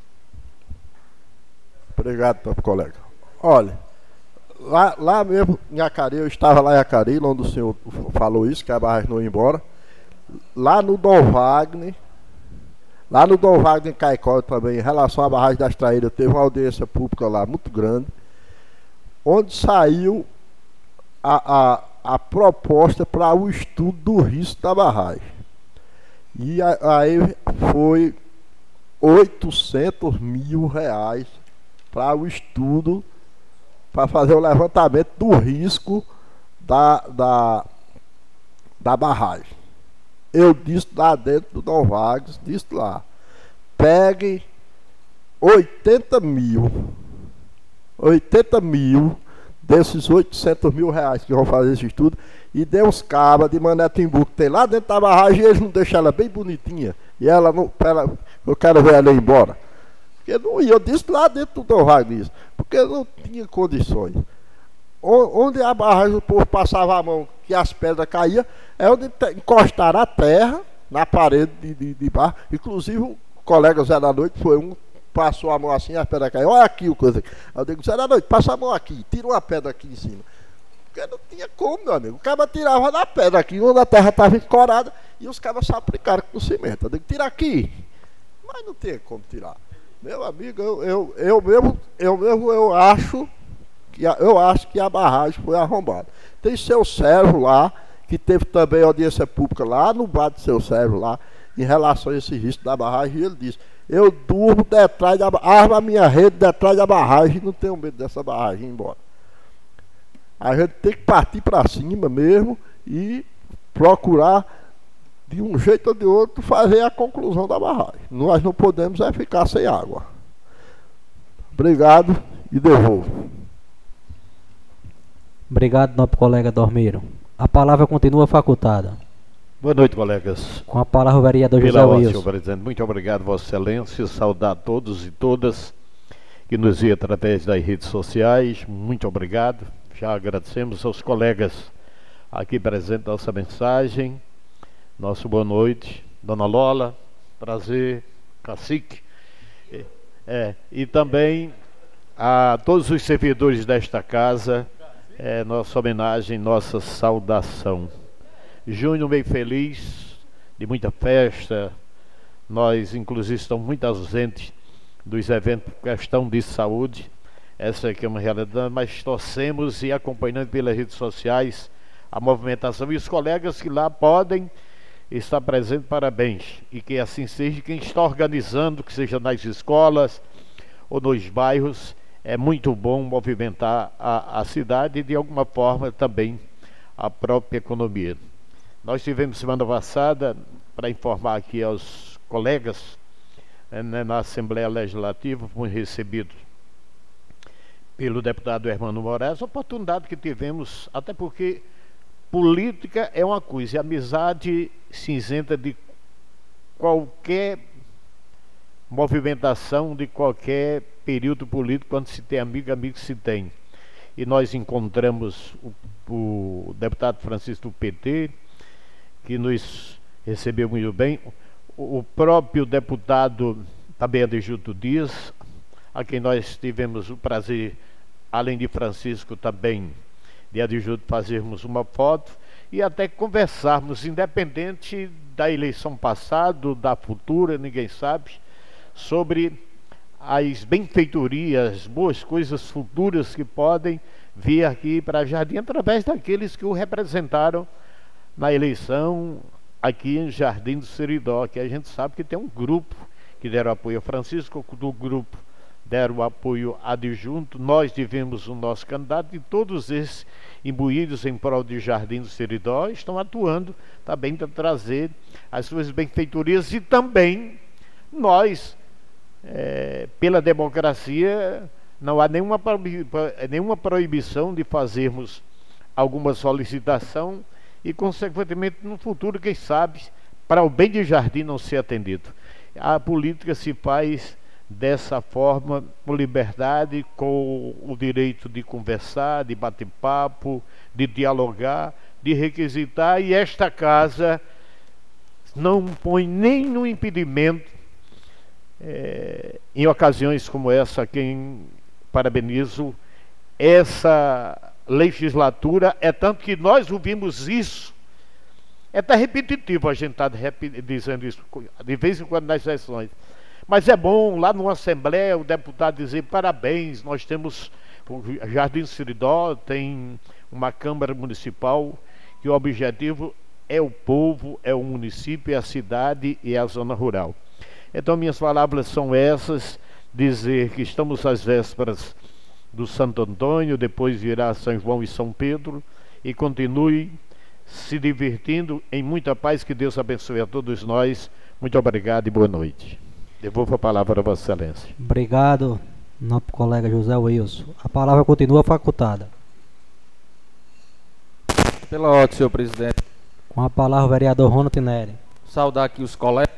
Obrigado, meu colega. Olha, lá, lá mesmo em Acari, eu estava lá em Acari, onde o senhor falou isso, que a barragem não ia embora. Lá no Dom Wagner, lá no Dom Wagner em Caicó também, em relação à barragem das Traíras, teve uma audiência pública lá muito grande, onde saiu a, a, a proposta para o estudo do risco da barragem. E a, aí foi oitocentos mil reais para o estudo, para fazer o levantamento do risco da, da, da barragem. Eu disse lá dentro do Dom Wagner, disse lá, pegue oitenta mil oitenta mil desses oitocentos mil reais que vão fazer esse estudo e deu uns cabas de Mané Timbu que tem lá dentro da barragem e eles não deixam ela bem bonitinha. E ela não. Ela, eu quero ver ela ir embora. Porque não ia, eu disse lá dentro do Wagner, porque não tinha condições. Onde a barragem o povo passava a mão, que as pedras caíam, é onde encostaram a terra na parede de, de, de barro. Inclusive o colega Zé da Noite foi um. Passou a mão assim, as pedras caíram. Olha aqui o coisa. Aí eu digo, Zé da Noite, passa a mão aqui, tira uma pedra aqui em cima. Porque não tinha como, meu amigo. O cara tirava da pedra aqui, onde a terra estava encorada, e os cabas se aplicaram com cimento. Eu digo, tira aqui. Mas não tem como tirar. Meu amigo, eu, eu, eu mesmo, eu mesmo eu acho, que a, eu acho que a barragem foi arrombada. Tem seu servo lá, que teve também audiência pública lá no bar do seu servo lá, em relação a esse risco da barragem, e ele disse, eu durmo detrás da barragem, armo a minha rede detrás da barragem, não tenho medo dessa barragem ir embora. A gente tem que partir para cima mesmo e procurar, de um jeito ou de outro, fazer a conclusão da barragem. Nós não podemos é ficar sem água. Obrigado e devolvo. Obrigado, nobre colega Dormeiro. A palavra continua facultada. Boa noite, colegas. Com a palavra o vereador José Pela ordem, Wilson. senhor presidente. Muito obrigado, Vossa Excelência. Saudar a todos e todas que nos vê através das redes sociais. Muito obrigado. Já agradecemos aos colegas aqui presentes nossa mensagem. Nosso boa noite. Dona Lola, prazer, cacique. É, e também a todos os servidores desta casa, é, nossa homenagem, nossa saudação. Junho bem feliz, de muita festa. Nós, inclusive, estamos muito ausentes dos eventos por questão de saúde. Essa aqui é uma realidade, mas torcemos e acompanhando pelas redes sociais a movimentação. E os colegas que lá podem estar presentes, parabéns. E que assim seja. Quem está organizando, que seja nas escolas ou nos bairros, é muito bom movimentar a, a cidade e, de alguma forma, também a própria economia. Nós tivemos semana passada, para informar aqui aos colegas, né, na Assembleia Legislativa, fomos recebidos pelo deputado Hermano Moraes, oportunidade que tivemos, até porque política é uma coisa, e amizade se isenta de qualquer movimentação, de qualquer período político, quando se tem amigo, amigo se tem. E nós encontramos o, o deputado Francisco do P T, que nos recebeu muito bem, o próprio deputado também Adilto Dias, a quem nós tivemos o prazer, além de Francisco, também de Adilto, fazermos uma foto e até conversarmos, independente da eleição passada, da futura, ninguém sabe, sobre as benfeitorias, boas coisas futuras que podem vir aqui para Jardim, através daqueles que o representaram na eleição aqui em Jardim do Seridó, que a gente sabe que tem um grupo que deram apoio a Francisco, do grupo deram apoio adjunto, nós tivemos o nosso candidato e todos esses imbuídos em prol de Jardim do Seridó estão atuando também para trazer as suas benfeitorias e também nós, é, pela democracia, não há nenhuma, nenhuma proibição de fazermos alguma solicitação e, consequentemente, no futuro, quem sabe, para o bem de Jardim não ser atendido. A política se faz dessa forma, com liberdade, com o direito de conversar, de bater papo, de dialogar, de requisitar, e esta casa não põe nenhum impedimento, é, em ocasiões como essa, a quem parabenizo essa legislatura, é tanto que nós ouvimos isso, é até repetitivo a gente estar tá dizendo isso de vez em quando nas sessões, mas é bom lá numa Assembleia o deputado dizer parabéns, nós temos o Jardim do Seridó, tem uma Câmara Municipal que o objetivo é o povo, é o município, é a cidade e é a zona rural. Então minhas palavras são essas, dizer que estamos às vésperas do Santo Antônio, depois virá São João e São Pedro, e continue se divertindo em muita paz, que Deus abençoe a todos nós. Muito obrigado e boa noite. Devolvo a palavra a Vossa Excelência. Obrigado, Nosso colega José Wilson. A palavra continua facultada. Pela ordem, senhor presidente. Com a palavra o vereador Ronald Neri. Saudar aqui os colegas.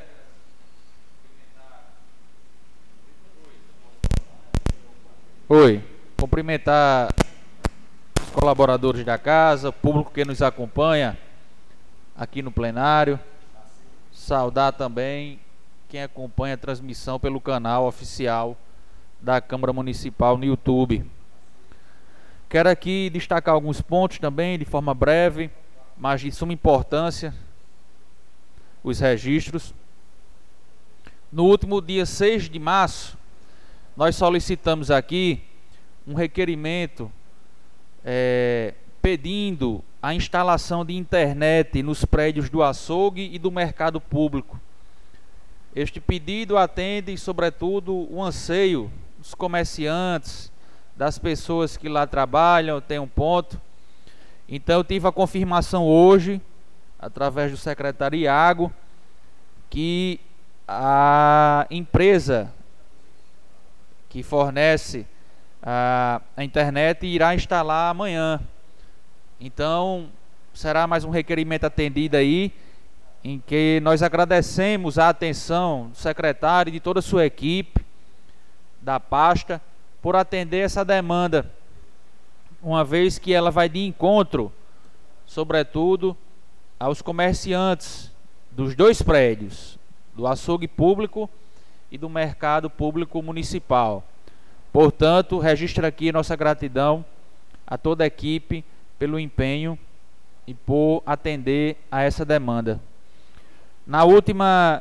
Oi. Cumprimentar os colaboradores da casa, o público que nos acompanha aqui no plenário. Saudar também quem acompanha a transmissão pelo canal oficial da Câmara Municipal no YouTube. Quero aqui destacar alguns pontos também, de forma breve, mas de suma importância, os registros. No último dia seis de março, nós solicitamos aqui um requerimento é, pedindo a instalação de internet nos prédios do açougue e do mercado público. Este pedido atende, sobretudo, o anseio dos comerciantes, das pessoas que lá trabalham, tem um ponto. Então eu tive a confirmação hoje, através do secretário Iago, que a empresa que fornece a, a internet irá instalar amanhã. Então será mais um requerimento atendido aí, em que nós agradecemos a atenção do secretário e de toda a sua equipe da pasta por atender essa demanda, uma vez que ela vai de encontro, sobretudo, aos comerciantes dos dois prédios, do açougue público e do mercado público municipal. Portanto, registro aqui nossa gratidão a toda a equipe pelo empenho e por atender a essa demanda. Na última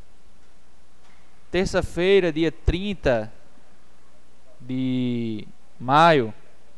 terça-feira, dia trinta de maio,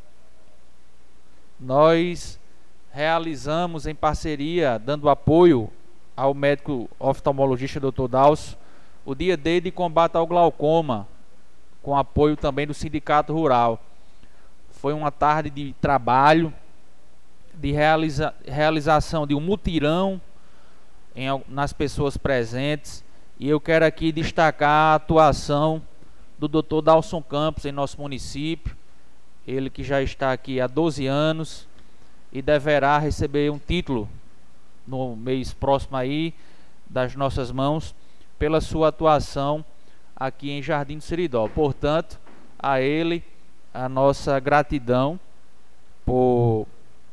nós realizamos em parceria, dando apoio ao médico oftalmologista doutor Dalcio, o dia D de combate ao glaucoma, com apoio também do Sindicato Rural. Foi uma tarde de trabalho, de realiza, realização de um mutirão em, nas pessoas presentes, e eu quero aqui destacar a atuação do doutor Dalson Campos em nosso município, ele que já está aqui há doze anos e deverá receber um título no mês próximo aí, das nossas mãos, pela sua atuação aqui em Jardim do Seridó. Portanto, a ele a nossa gratidão por,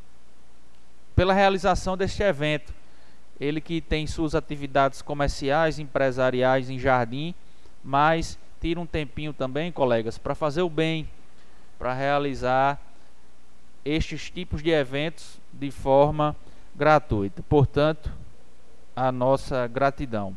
pela realização deste evento. Ele que tem suas atividades comerciais, empresariais em Jardim, mas tira um tempinho também, colegas, para fazer o bem, para realizar estes tipos de eventos de forma gratuita. Portanto, a nossa gratidão.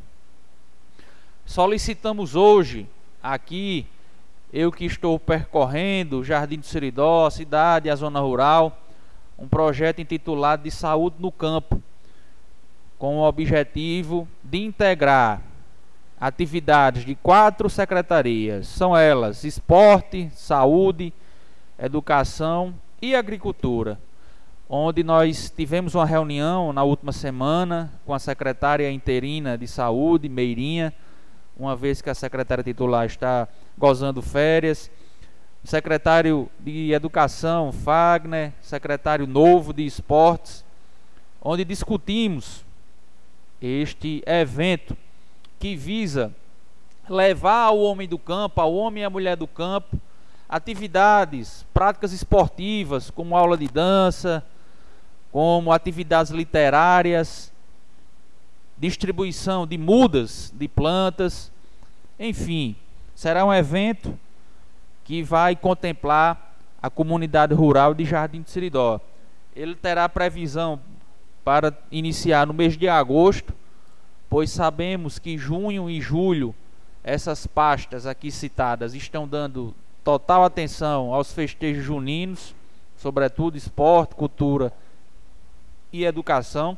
Solicitamos hoje, aqui, eu que estou percorrendo Jardim do Seridó, a cidade, a zona rural, um projeto intitulado de Saúde no Campo, com o objetivo de integrar atividades de quatro secretarias. São elas: esporte, saúde, educação e agricultura, onde nós tivemos uma reunião na última semana com a secretária interina de saúde, Meirinha, uma vez que a secretária titular está gozando férias, secretário de educação, Fagner, secretário novo de esportes, onde discutimos este evento que visa levar ao homem do campo, ao homem e à mulher do campo, atividades, práticas esportivas, como aula de dança, como atividades literárias, distribuição de mudas de plantas, enfim, será um evento que vai contemplar a comunidade rural de Jardim do Seridó. Ele terá previsão para iniciar no mês de agosto, pois sabemos que junho e julho essas pastas aqui citadas estão dando total atenção aos festejos juninos, sobretudo esporte, cultura e educação,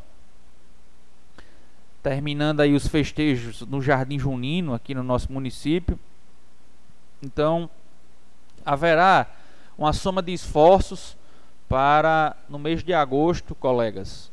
terminando aí os festejos no Jardim Junino aqui no nosso município. Então haverá uma soma de esforços para, no mês de agosto, colegas,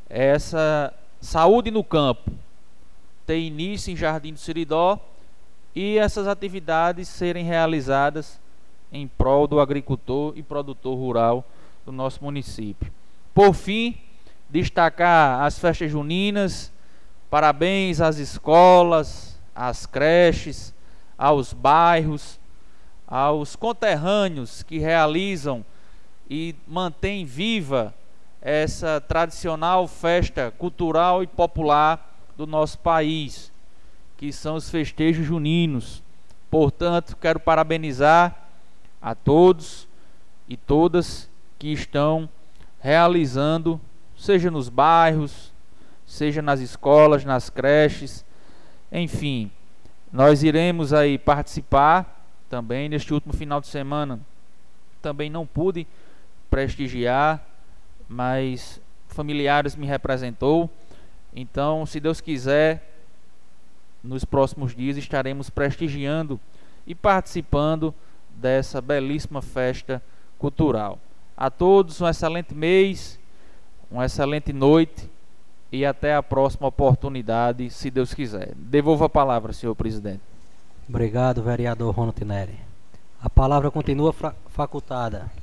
essa saúde no campo ter início em Jardim do Seridó e essas atividades serem realizadas em prol do agricultor e produtor rural do nosso município. Por fim, destacar as festas juninas, parabéns às escolas, às creches, aos bairros, aos conterrâneos que realizam e mantêm viva essa tradicional festa cultural e popular do nosso país, que são os festejos juninos. Portanto, quero parabenizar a todos e todas que estão realizando, seja nos bairros, seja nas escolas, nas creches, enfim, nós iremos aí participar também. Neste último final de semana também não pude prestigiar, mas familiares me representou. Então, se Deus quiser, nos próximos dias estaremos prestigiando e participando dessa belíssima festa cultural. A todos um excelente mês, uma excelente noite e até a próxima oportunidade, se Deus quiser. Devolvo a palavra, senhor presidente. Obrigado, vereador Ronald Neri. A palavra continua facultada.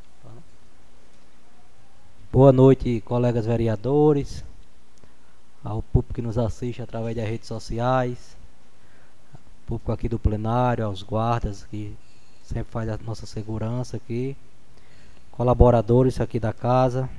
Boa noite, colegas vereadores, ao público que nos assiste através das redes sociais, público aqui do plenário, aos guardas que sempre faz a nossa segurança aqui, colaboradores aqui da casa.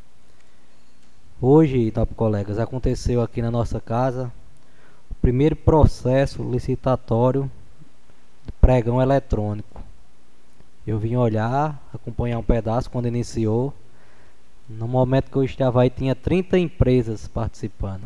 Hoje, então, colegas, aconteceu aqui na nossa casa o primeiro processo licitatório de pregão eletrônico. Eu vim olhar, acompanhar um pedaço quando iniciou. No momento que eu estava aí, tinha trinta empresas participando.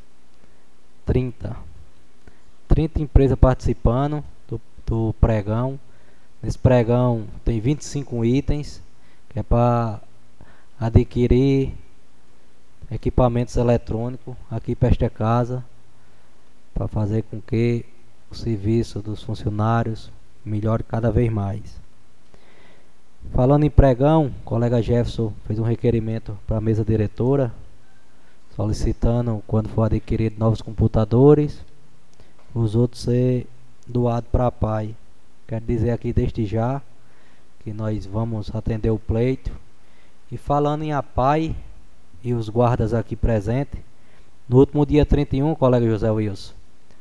trinta. trinta empresas participando do, do pregão. Nesse pregão tem vinte e cinco itens, que é para adquirir equipamentos eletrônicos aqui para esta casa, para fazer com que o serviço dos funcionários melhore cada vez mais. Falando em pregão, o colega Jefferson fez um requerimento para a mesa diretora, solicitando, quando for adquirido novos computadores, os outros ser doados para a P A I. Quero dizer aqui desde já que nós vamos atender o pleito. E falando em A P A I e os guardas aqui presentes, no último dia trinta e um, colega José Wilson,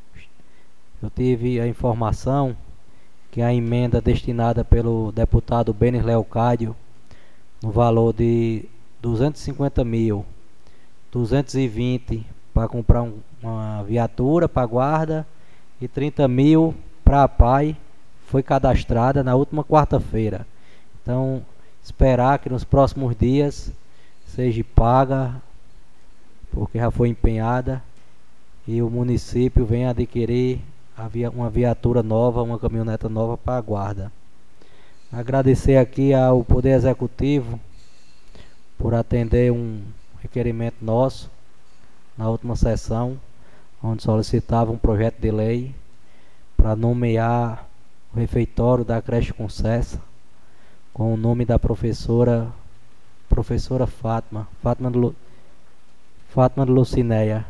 eu tive a informação que a emenda destinada pelo deputado Benes Leocádio, no valor de duzentos e cinquenta mil, duzentos e vinte para comprar um, uma viatura para guarda e trinta mil para a P A I, foi cadastrada na última quarta-feira. Então, esperar que nos próximos dias seja paga, porque já foi empenhada, e o município venha adquirir uma viatura nova, uma caminhoneta nova para a guarda. Agradecer aqui ao Poder Executivo por atender um requerimento nosso na última sessão, onde solicitava um projeto de lei para nomear o refeitório da creche Concessa com o nome da professora professora Fátima Fátima de, Lu, Fátima de Lucinéia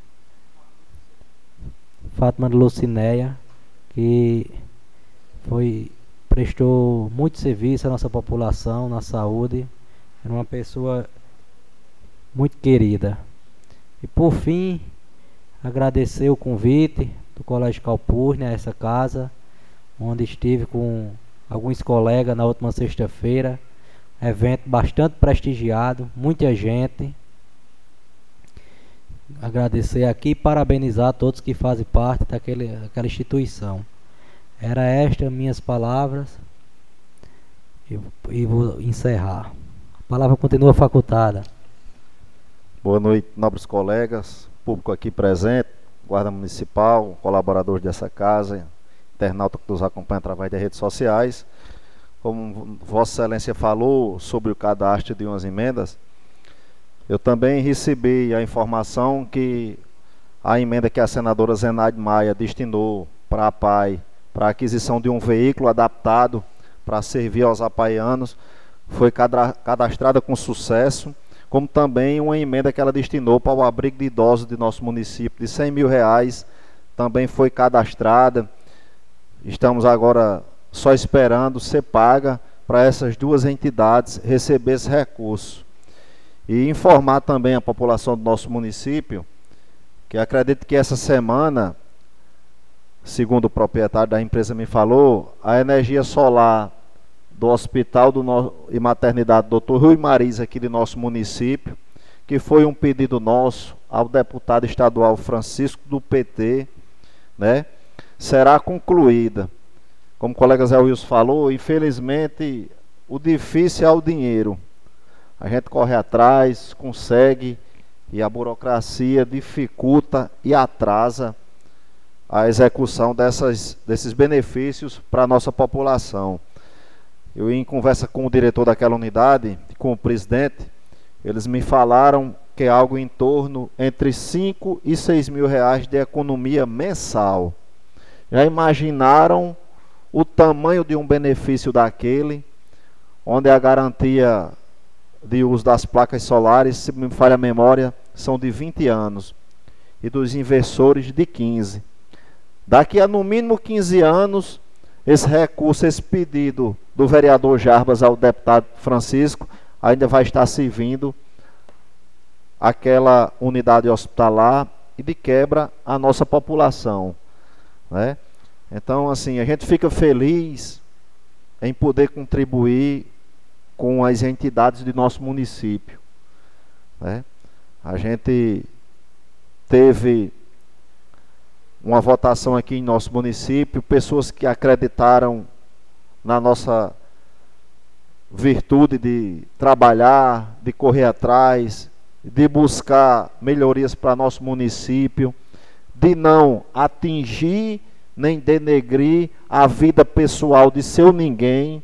Fátima de Lucinéia, que foi, prestou muito serviço à nossa população, na saúde. Era uma pessoa muito querida. E por fim, agradecer o convite do Colégio Calpurnia a essa casa, onde estive com alguns colegas na última sexta-feira. Evento bastante prestigiado, muita gente. Agradecer aqui e parabenizar a todos que fazem parte daquele, daquela instituição. Era estas minhas palavras e, e vou encerrar. A palavra continua facultada. Boa noite, nobres colegas, público aqui presente, guarda municipal, colaboradores dessa casa, internauta que nos acompanha através das redes sociais. Como Vossa Excelência falou sobre o cadastro de umas emendas, eu também recebi a informação que a emenda que a senadora Zenaide Maia destinou para a P A I, para a aquisição de um veículo adaptado para servir aos apaianos, foi cadastrada com sucesso, como também uma emenda que ela destinou para o abrigo de idosos de nosso município de cem mil reais, também foi cadastrada. estamos agora só esperando ser paga para essas duas entidades receber esse recurso. E informar também a população do nosso município que acredito que essa semana, segundo o proprietário da empresa me falou, a energia solar do Hospital do no... e Maternidade doutor Rui Mariz aqui do nosso município, que foi um pedido nosso ao deputado estadual Francisco do P T, né, será concluída. Como o colega Zé Wilson falou, infelizmente o difícil é o dinheiro. A gente corre atrás, consegue, e a burocracia dificulta e atrasa a execução dessas, desses benefícios para a nossa população. Eu, em conversa com o diretor daquela unidade, com o presidente, eles me falaram que é algo em torno entre cinco e seis mil reais de economia mensal. Já imaginaram o tamanho de um benefício daquele, onde a garantia de uso das placas solares, se me falha a memória, são de vinte anos, e dos inversores de quinze. Daqui a no mínimo quinze anos, esse recurso, esse pedido do vereador Jarbas ao deputado Francisco, ainda vai estar servindo aquela unidade hospitalar e de quebra a nossa população, né? Então, assim, a gente fica feliz em poder contribuir com as entidades de nosso município, né? A gente teve uma votação aqui em nosso município, pessoas que acreditaram na nossa virtude de trabalhar, de correr atrás, de buscar melhorias para nosso município, de não atingir nem denegrir a vida pessoal de seu ninguém,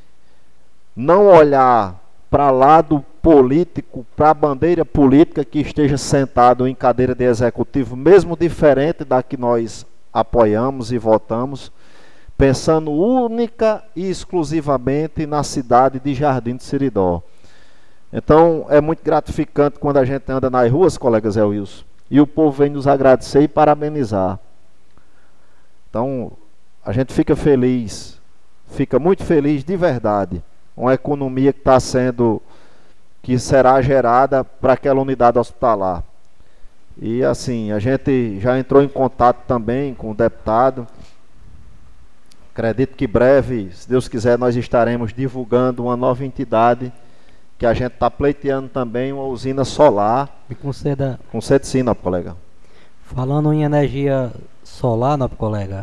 não olhar para lado político, para a bandeira política que esteja sentado em cadeira de executivo, mesmo diferente da que nós apoiamos e votamos, pensando única e exclusivamente na cidade de Jardim do Seridó. Então, é muito gratificante quando a gente anda nas ruas, colega Zé Wilson, e o povo vem nos agradecer e parabenizar. Então, a gente fica feliz, fica muito feliz de verdade. Uma economia que está sendo, que será gerada para aquela unidade hospitalar. E assim, a gente já entrou em contato também com o deputado. Acredito que breve, se Deus quiser, nós estaremos divulgando uma nova entidade que a gente está pleiteando também, uma usina solar. Me conceda. Concede sim, nobre colega. Falando em energia solar, nobre colega,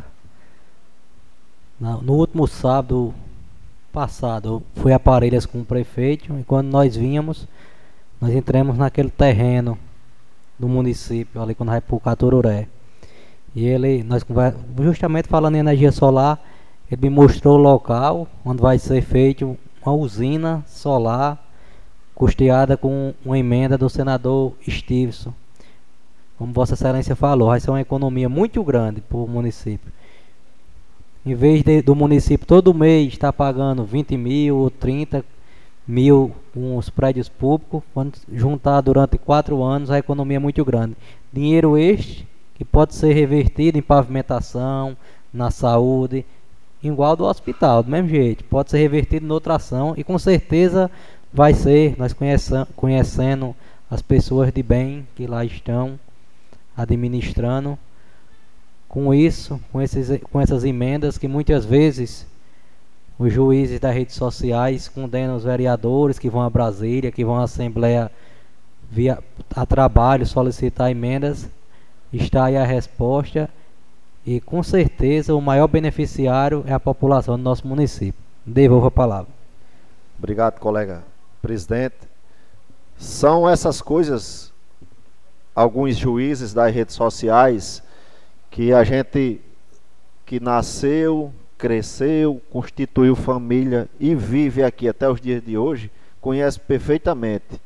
no último sábado passado, eu fui a Parelhas com o prefeito, e quando nós vínhamos, nós entramos naquele terreno do município, ali quando vai para o Catururé. E ele, nós justamente falando em energia solar, ele me mostrou o local onde vai ser feita uma usina solar custeada com uma emenda do senador Stevenson. Como Vossa Excelência falou, vai ser uma economia muito grande para o município. Em vez de, do município todo mês estar pagando vinte mil ou trinta mil com os prédios públicos, quando juntar durante quatro anos, a economia é muito grande. Dinheiro este que pode ser revertido em pavimentação, na saúde, igual do hospital, do mesmo jeito, pode ser revertido em outra ação, e com certeza vai ser, nós conheça, conhecendo as pessoas de bem que lá estão administrando, com isso, com, esses, com essas emendas que muitas vezes os juízes das redes sociais condenam os vereadores que vão a Brasília, que vão à Assembleia via, a trabalho solicitar emendas. Está aí a resposta, e com certeza o maior beneficiário é a população do nosso município. Devolvo a palavra. Obrigado, colega presidente. São essas coisas, alguns juízes das redes sociais, que a gente que nasceu, cresceu, constituiu família e vive aqui até os dias de hoje, conhece perfeitamente.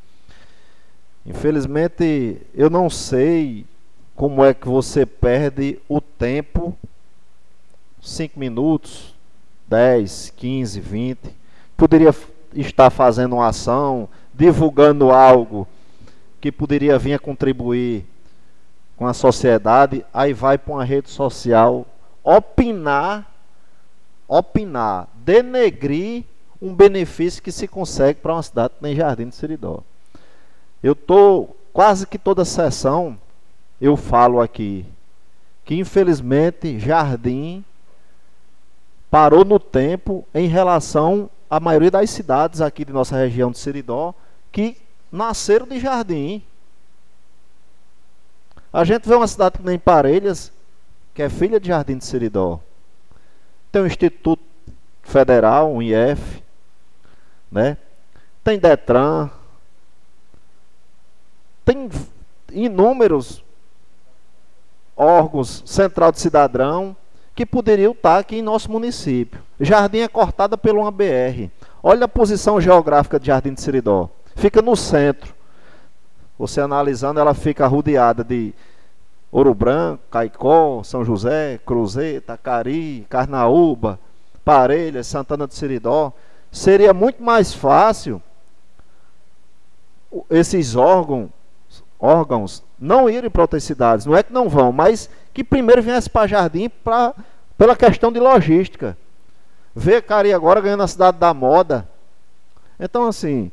Infelizmente, eu não sei como é que você perde o tempo, cinco minutos, dez, quinze, vinte, poderia estar fazendo uma ação, divulgando algo que poderia vir a contribuir com a sociedade, aí vai para uma rede social opinar opinar, denegrir um benefício que se consegue para uma cidade que tem Jardim do Seridó. Eu estou, quase que toda sessão, eu falo aqui, que infelizmente Jardim parou no tempo em relação à maioria das cidades aqui de nossa região de Seridó, que nasceram de Jardim. A gente vê uma cidade que nem Parelhas, que é filha de Jardim de Seridó. Tem um Instituto Federal, um I F, né? Tem Detran, tem inúmeros órgãos, Central de Cidadão, que poderiam estar aqui em nosso município. Jardim é cortada por uma B R. Olha a posição geográfica de Jardim de Seridó. Fica no centro. Você analisando, ela fica rodeada de Ouro Branco, Caicó, São José, Cruzeta, Cari, Carnaúba, Parelhas, Santana do Seridó. Seria muito mais fácil esses órgãos, órgãos não irem para outras cidades. Não é que não vão, mas que primeiro viesse para Jardim pra, pela questão de logística. Vê Cari agora ganhando a cidade da moda. Então, assim,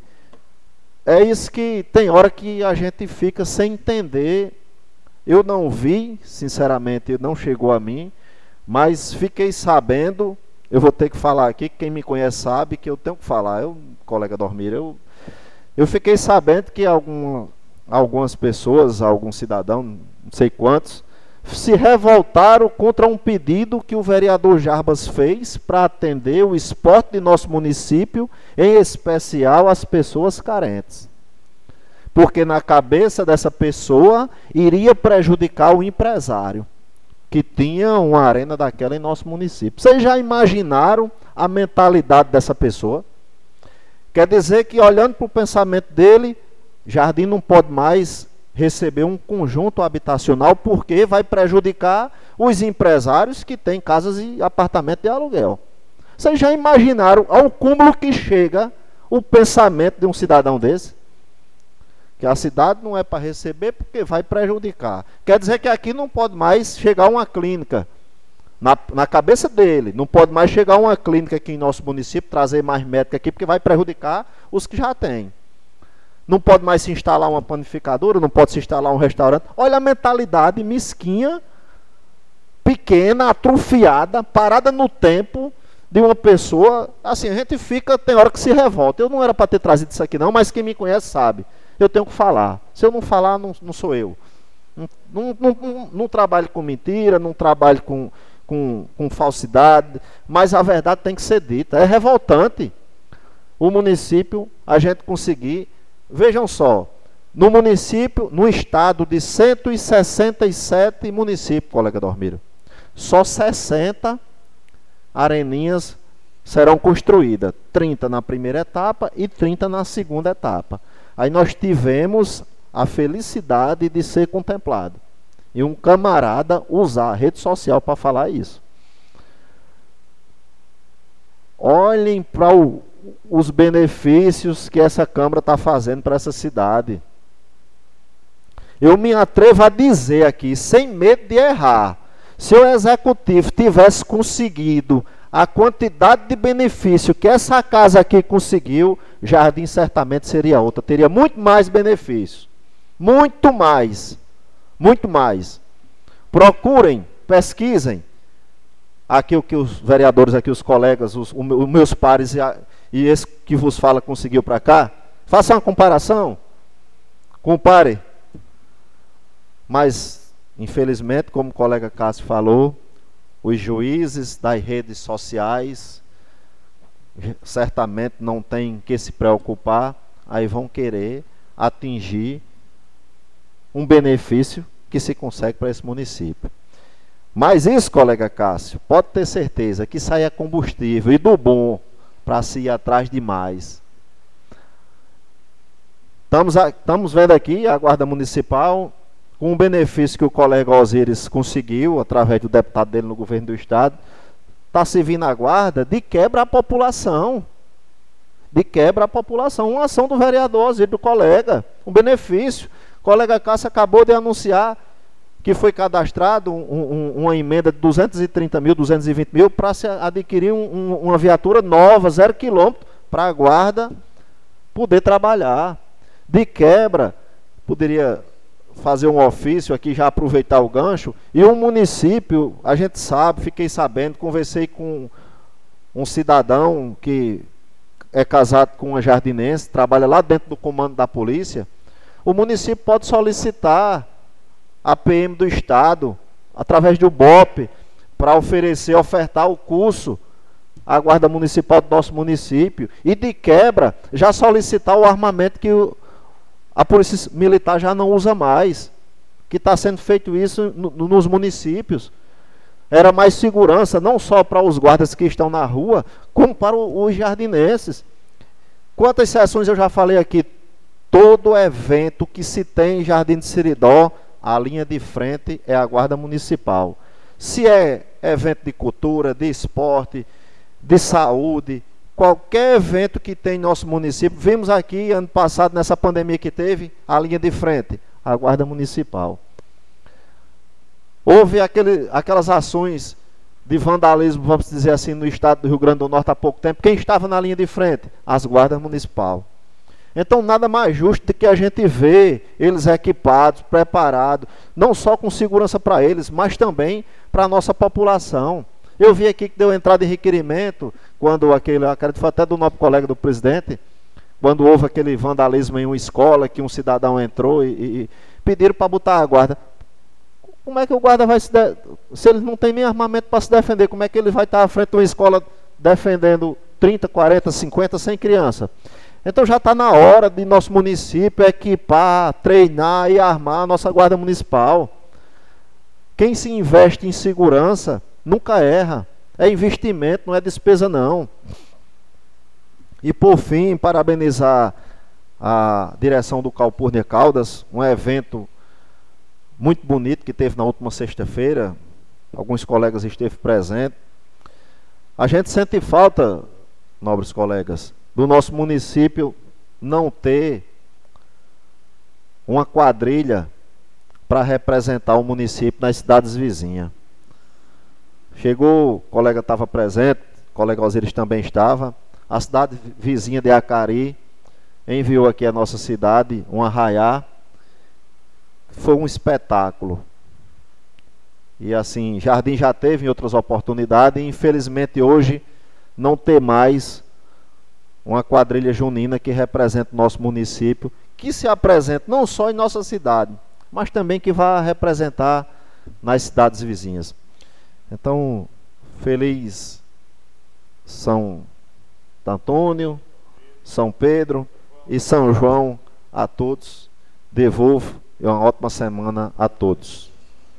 é isso que tem hora que a gente fica sem entender. Eu não vi, sinceramente, não chegou a mim, mas fiquei sabendo, eu vou ter que falar aqui, quem me conhece sabe que eu tenho que falar, eu, colega Dormir, eu, eu fiquei sabendo que algum, algumas pessoas, algum cidadão, não sei quantos, se revoltaram contra um pedido que o vereador Jarbas fez para atender o esporte de nosso município, em especial as pessoas carentes. Porque na cabeça dessa pessoa iria prejudicar o empresário que tinha uma arena daquela em nosso município. Vocês já imaginaram a mentalidade dessa pessoa? Quer dizer que, olhando para o pensamento dele, Jardim não pode mais receber um conjunto habitacional porque vai prejudicar os empresários que têm casas e apartamentos de aluguel. Vocês já imaginaram ao cúmulo que chega o pensamento de um cidadão desse? Que a cidade não é para receber porque vai prejudicar. Quer dizer que aqui não pode mais chegar uma clínica, na, na cabeça dele, não pode mais chegar uma clínica aqui em nosso município, trazer mais médico aqui, porque vai prejudicar os que já têm. Não pode mais se instalar uma panificadora, não pode se instalar um restaurante. Olha a mentalidade mesquinha, pequena, atrofiada, parada no tempo de uma pessoa. Assim, a gente fica, tem hora que se revolta. Eu não era para ter trazido isso aqui não, mas quem me conhece sabe. Eu tenho que falar. Se eu não falar, não, não sou eu. Não, não, não, não, não trabalho com mentira, não trabalho com, com, com falsidade, mas a verdade tem que ser dita. É revoltante o município, a gente conseguir. Vejam só, no município, no estado de cento e sessenta e sete municípios, colega Dormiro, só sessenta areninhas serão construídas. trinta na primeira etapa e trinta na segunda etapa. Aí nós tivemos a felicidade de ser contemplado. E um camarada usar a rede social para falar isso. Olhem para os benefícios que essa Câmara está fazendo para essa cidade. Eu me atrevo a dizer aqui, sem medo de errar, se o Executivo tivesse conseguido a quantidade de benefício que essa casa aqui conseguiu, Jardim certamente seria outra. Teria muito mais benefícios. Muito mais. Muito mais. Procurem, pesquisem. Aqui o que os vereadores, aqui os colegas, os, os meus pares e, a, e esse que vos fala conseguiu para cá. Faça uma comparação. Compare. Mas, infelizmente, como o colega Cássio falou, os juízes das redes sociais certamente não têm que se preocupar, aí vão querer atingir um benefício que se consegue para esse município. Mas isso, colega Cássio, pode ter certeza que isso aí é combustível e do bom para se ir atrás de mais. Estamos, a, estamos vendo aqui a Guarda Municipal com o benefício que o colega Osíris conseguiu, através do deputado dele no governo do estado, está servindo a guarda de quebra à população. De quebra à população. Uma ação do vereador Osíris, do colega. Um benefício. O colega Cássio acabou de anunciar que foi cadastrado um, um, uma emenda de duzentos e trinta mil, duzentos e vinte mil para se adquirir um, um, uma viatura nova, zero quilômetro, para a guarda poder trabalhar. De quebra, poderia fazer um ofício aqui, já aproveitar o gancho, e o município, a gente sabe, fiquei sabendo, conversei com um cidadão que é casado com uma jardinense, trabalha lá dentro do comando da polícia. O município pode solicitar a P M do Estado, através do B O P, para oferecer, ofertar o curso à Guarda Municipal do nosso município, e de quebra, já solicitar o armamento que o, a Polícia Militar já não usa mais, que está sendo feito isso no, nos municípios. Era mais segurança, não só para os guardas que estão na rua, como para o, os jardinenses. Quantas sessões eu já falei aqui, todo evento que se tem em Jardim de Seridó, a linha de frente é a Guarda Municipal. Se é evento de cultura, de esporte, de saúde, qualquer evento que tem em nosso município, vimos aqui ano passado, nessa pandemia que teve, a linha de frente, a Guarda Municipal. Houve aquele, aquelas ações de vandalismo, vamos dizer assim, no estado do Rio Grande do Norte há pouco tempo. Quem estava na linha de frente? As guardas municipais. Então, nada mais justo do que a gente ver eles equipados, preparados, não só com segurança para eles, mas também para a nossa população. Eu vi aqui que deu entrada em requerimento, quando aquele, acredito foi até do nosso colega do presidente, quando houve aquele vandalismo em uma escola, que um cidadão entrou e, e pediram para botar a guarda. Como é que o guarda vai se... De... Se ele não tem nem armamento para se defender, como é que ele vai estar à frente de uma escola defendendo trinta, quarenta, cinquenta, cem crianças? Então já está na hora de nosso município equipar, treinar e armar a nossa guarda municipal. Quem se investe em segurança nunca erra. É investimento, não é despesa não. E por fim, parabenizar a direção do Calpurnia Caldas, um evento muito bonito que teve na última sexta-feira. Alguns colegas esteve presentes. A gente sente falta, nobres colegas, do nosso município não ter uma quadrilha para representar o município nas cidades vizinhas. Chegou, o colega estava presente, o colega Osiris também estava. A cidade vizinha de Acari enviou aqui a nossa cidade um arraiá. Foi um espetáculo. E assim, Jardim já teve em outras oportunidades, e infelizmente hoje não tem mais uma quadrilha junina que representa o nosso município, que se apresente não só em nossa cidade, mas também que vá representar nas cidades vizinhas. Então, feliz São Antônio, São Pedro e São João a todos. Devolvo e uma ótima semana a todos.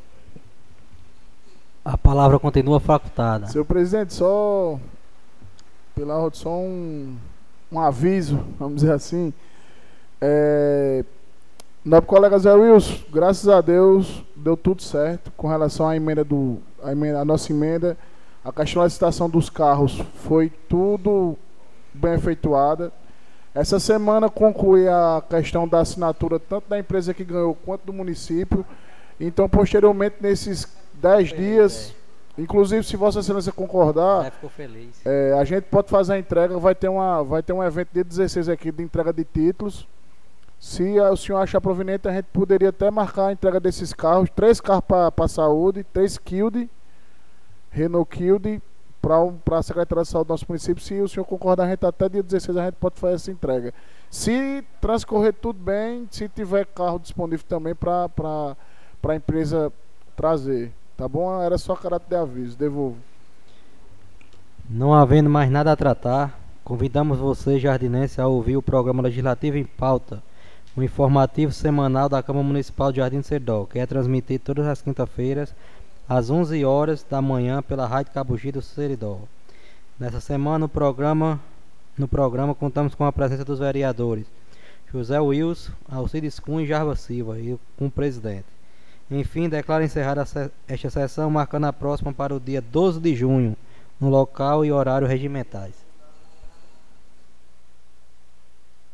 A palavra continua facultada. Senhor presidente, só pela ordem, só um, um aviso, vamos dizer assim. É, nosso colega Zé Wilson, graças a Deus, deu tudo certo com relação à emenda do, a, emenda, a nossa emenda. A questão da licitação dos carros foi tudo bem efetuada. Essa semana conclui a questão da assinatura tanto da empresa que ganhou quanto do município. Então, posteriormente, nesses dez dias, inclusive se Vossa Excelência concordar, ficou feliz. É, a gente pode fazer a entrega, vai ter, uma, vai ter um evento dia dezesseis aqui de entrega de títulos. Se a, o senhor achar proveniente, a gente poderia até marcar a entrega desses carros, três carros para a saúde, três Kilde, Renault Kilde, para a Secretaria de Saúde do nosso município. Se o senhor concordar, a gente até dia dezesseis a gente pode fazer essa entrega. Se transcorrer tudo bem, se tiver carro disponível também para a empresa trazer. Tá bom? Era só caráter de aviso. Devolvo. Não havendo mais nada a tratar, convidamos você, jardinense, a ouvir o programa Legislativo em Pauta, o informativo semanal da Câmara Municipal de Jardim de Seridó, que é transmitido todas as quintas-feiras, às onze horas da manhã, pela Rádio Cabugi do Seridó. Nessa semana, no programa, no programa contamos com a presença dos vereadores José Wilson, Alcides Cunha e Jarva Silva, e com o presidente. Enfim, declaro encerrada esta sessão, marcando a próxima para o dia doze de junho, no local e horário regimentais.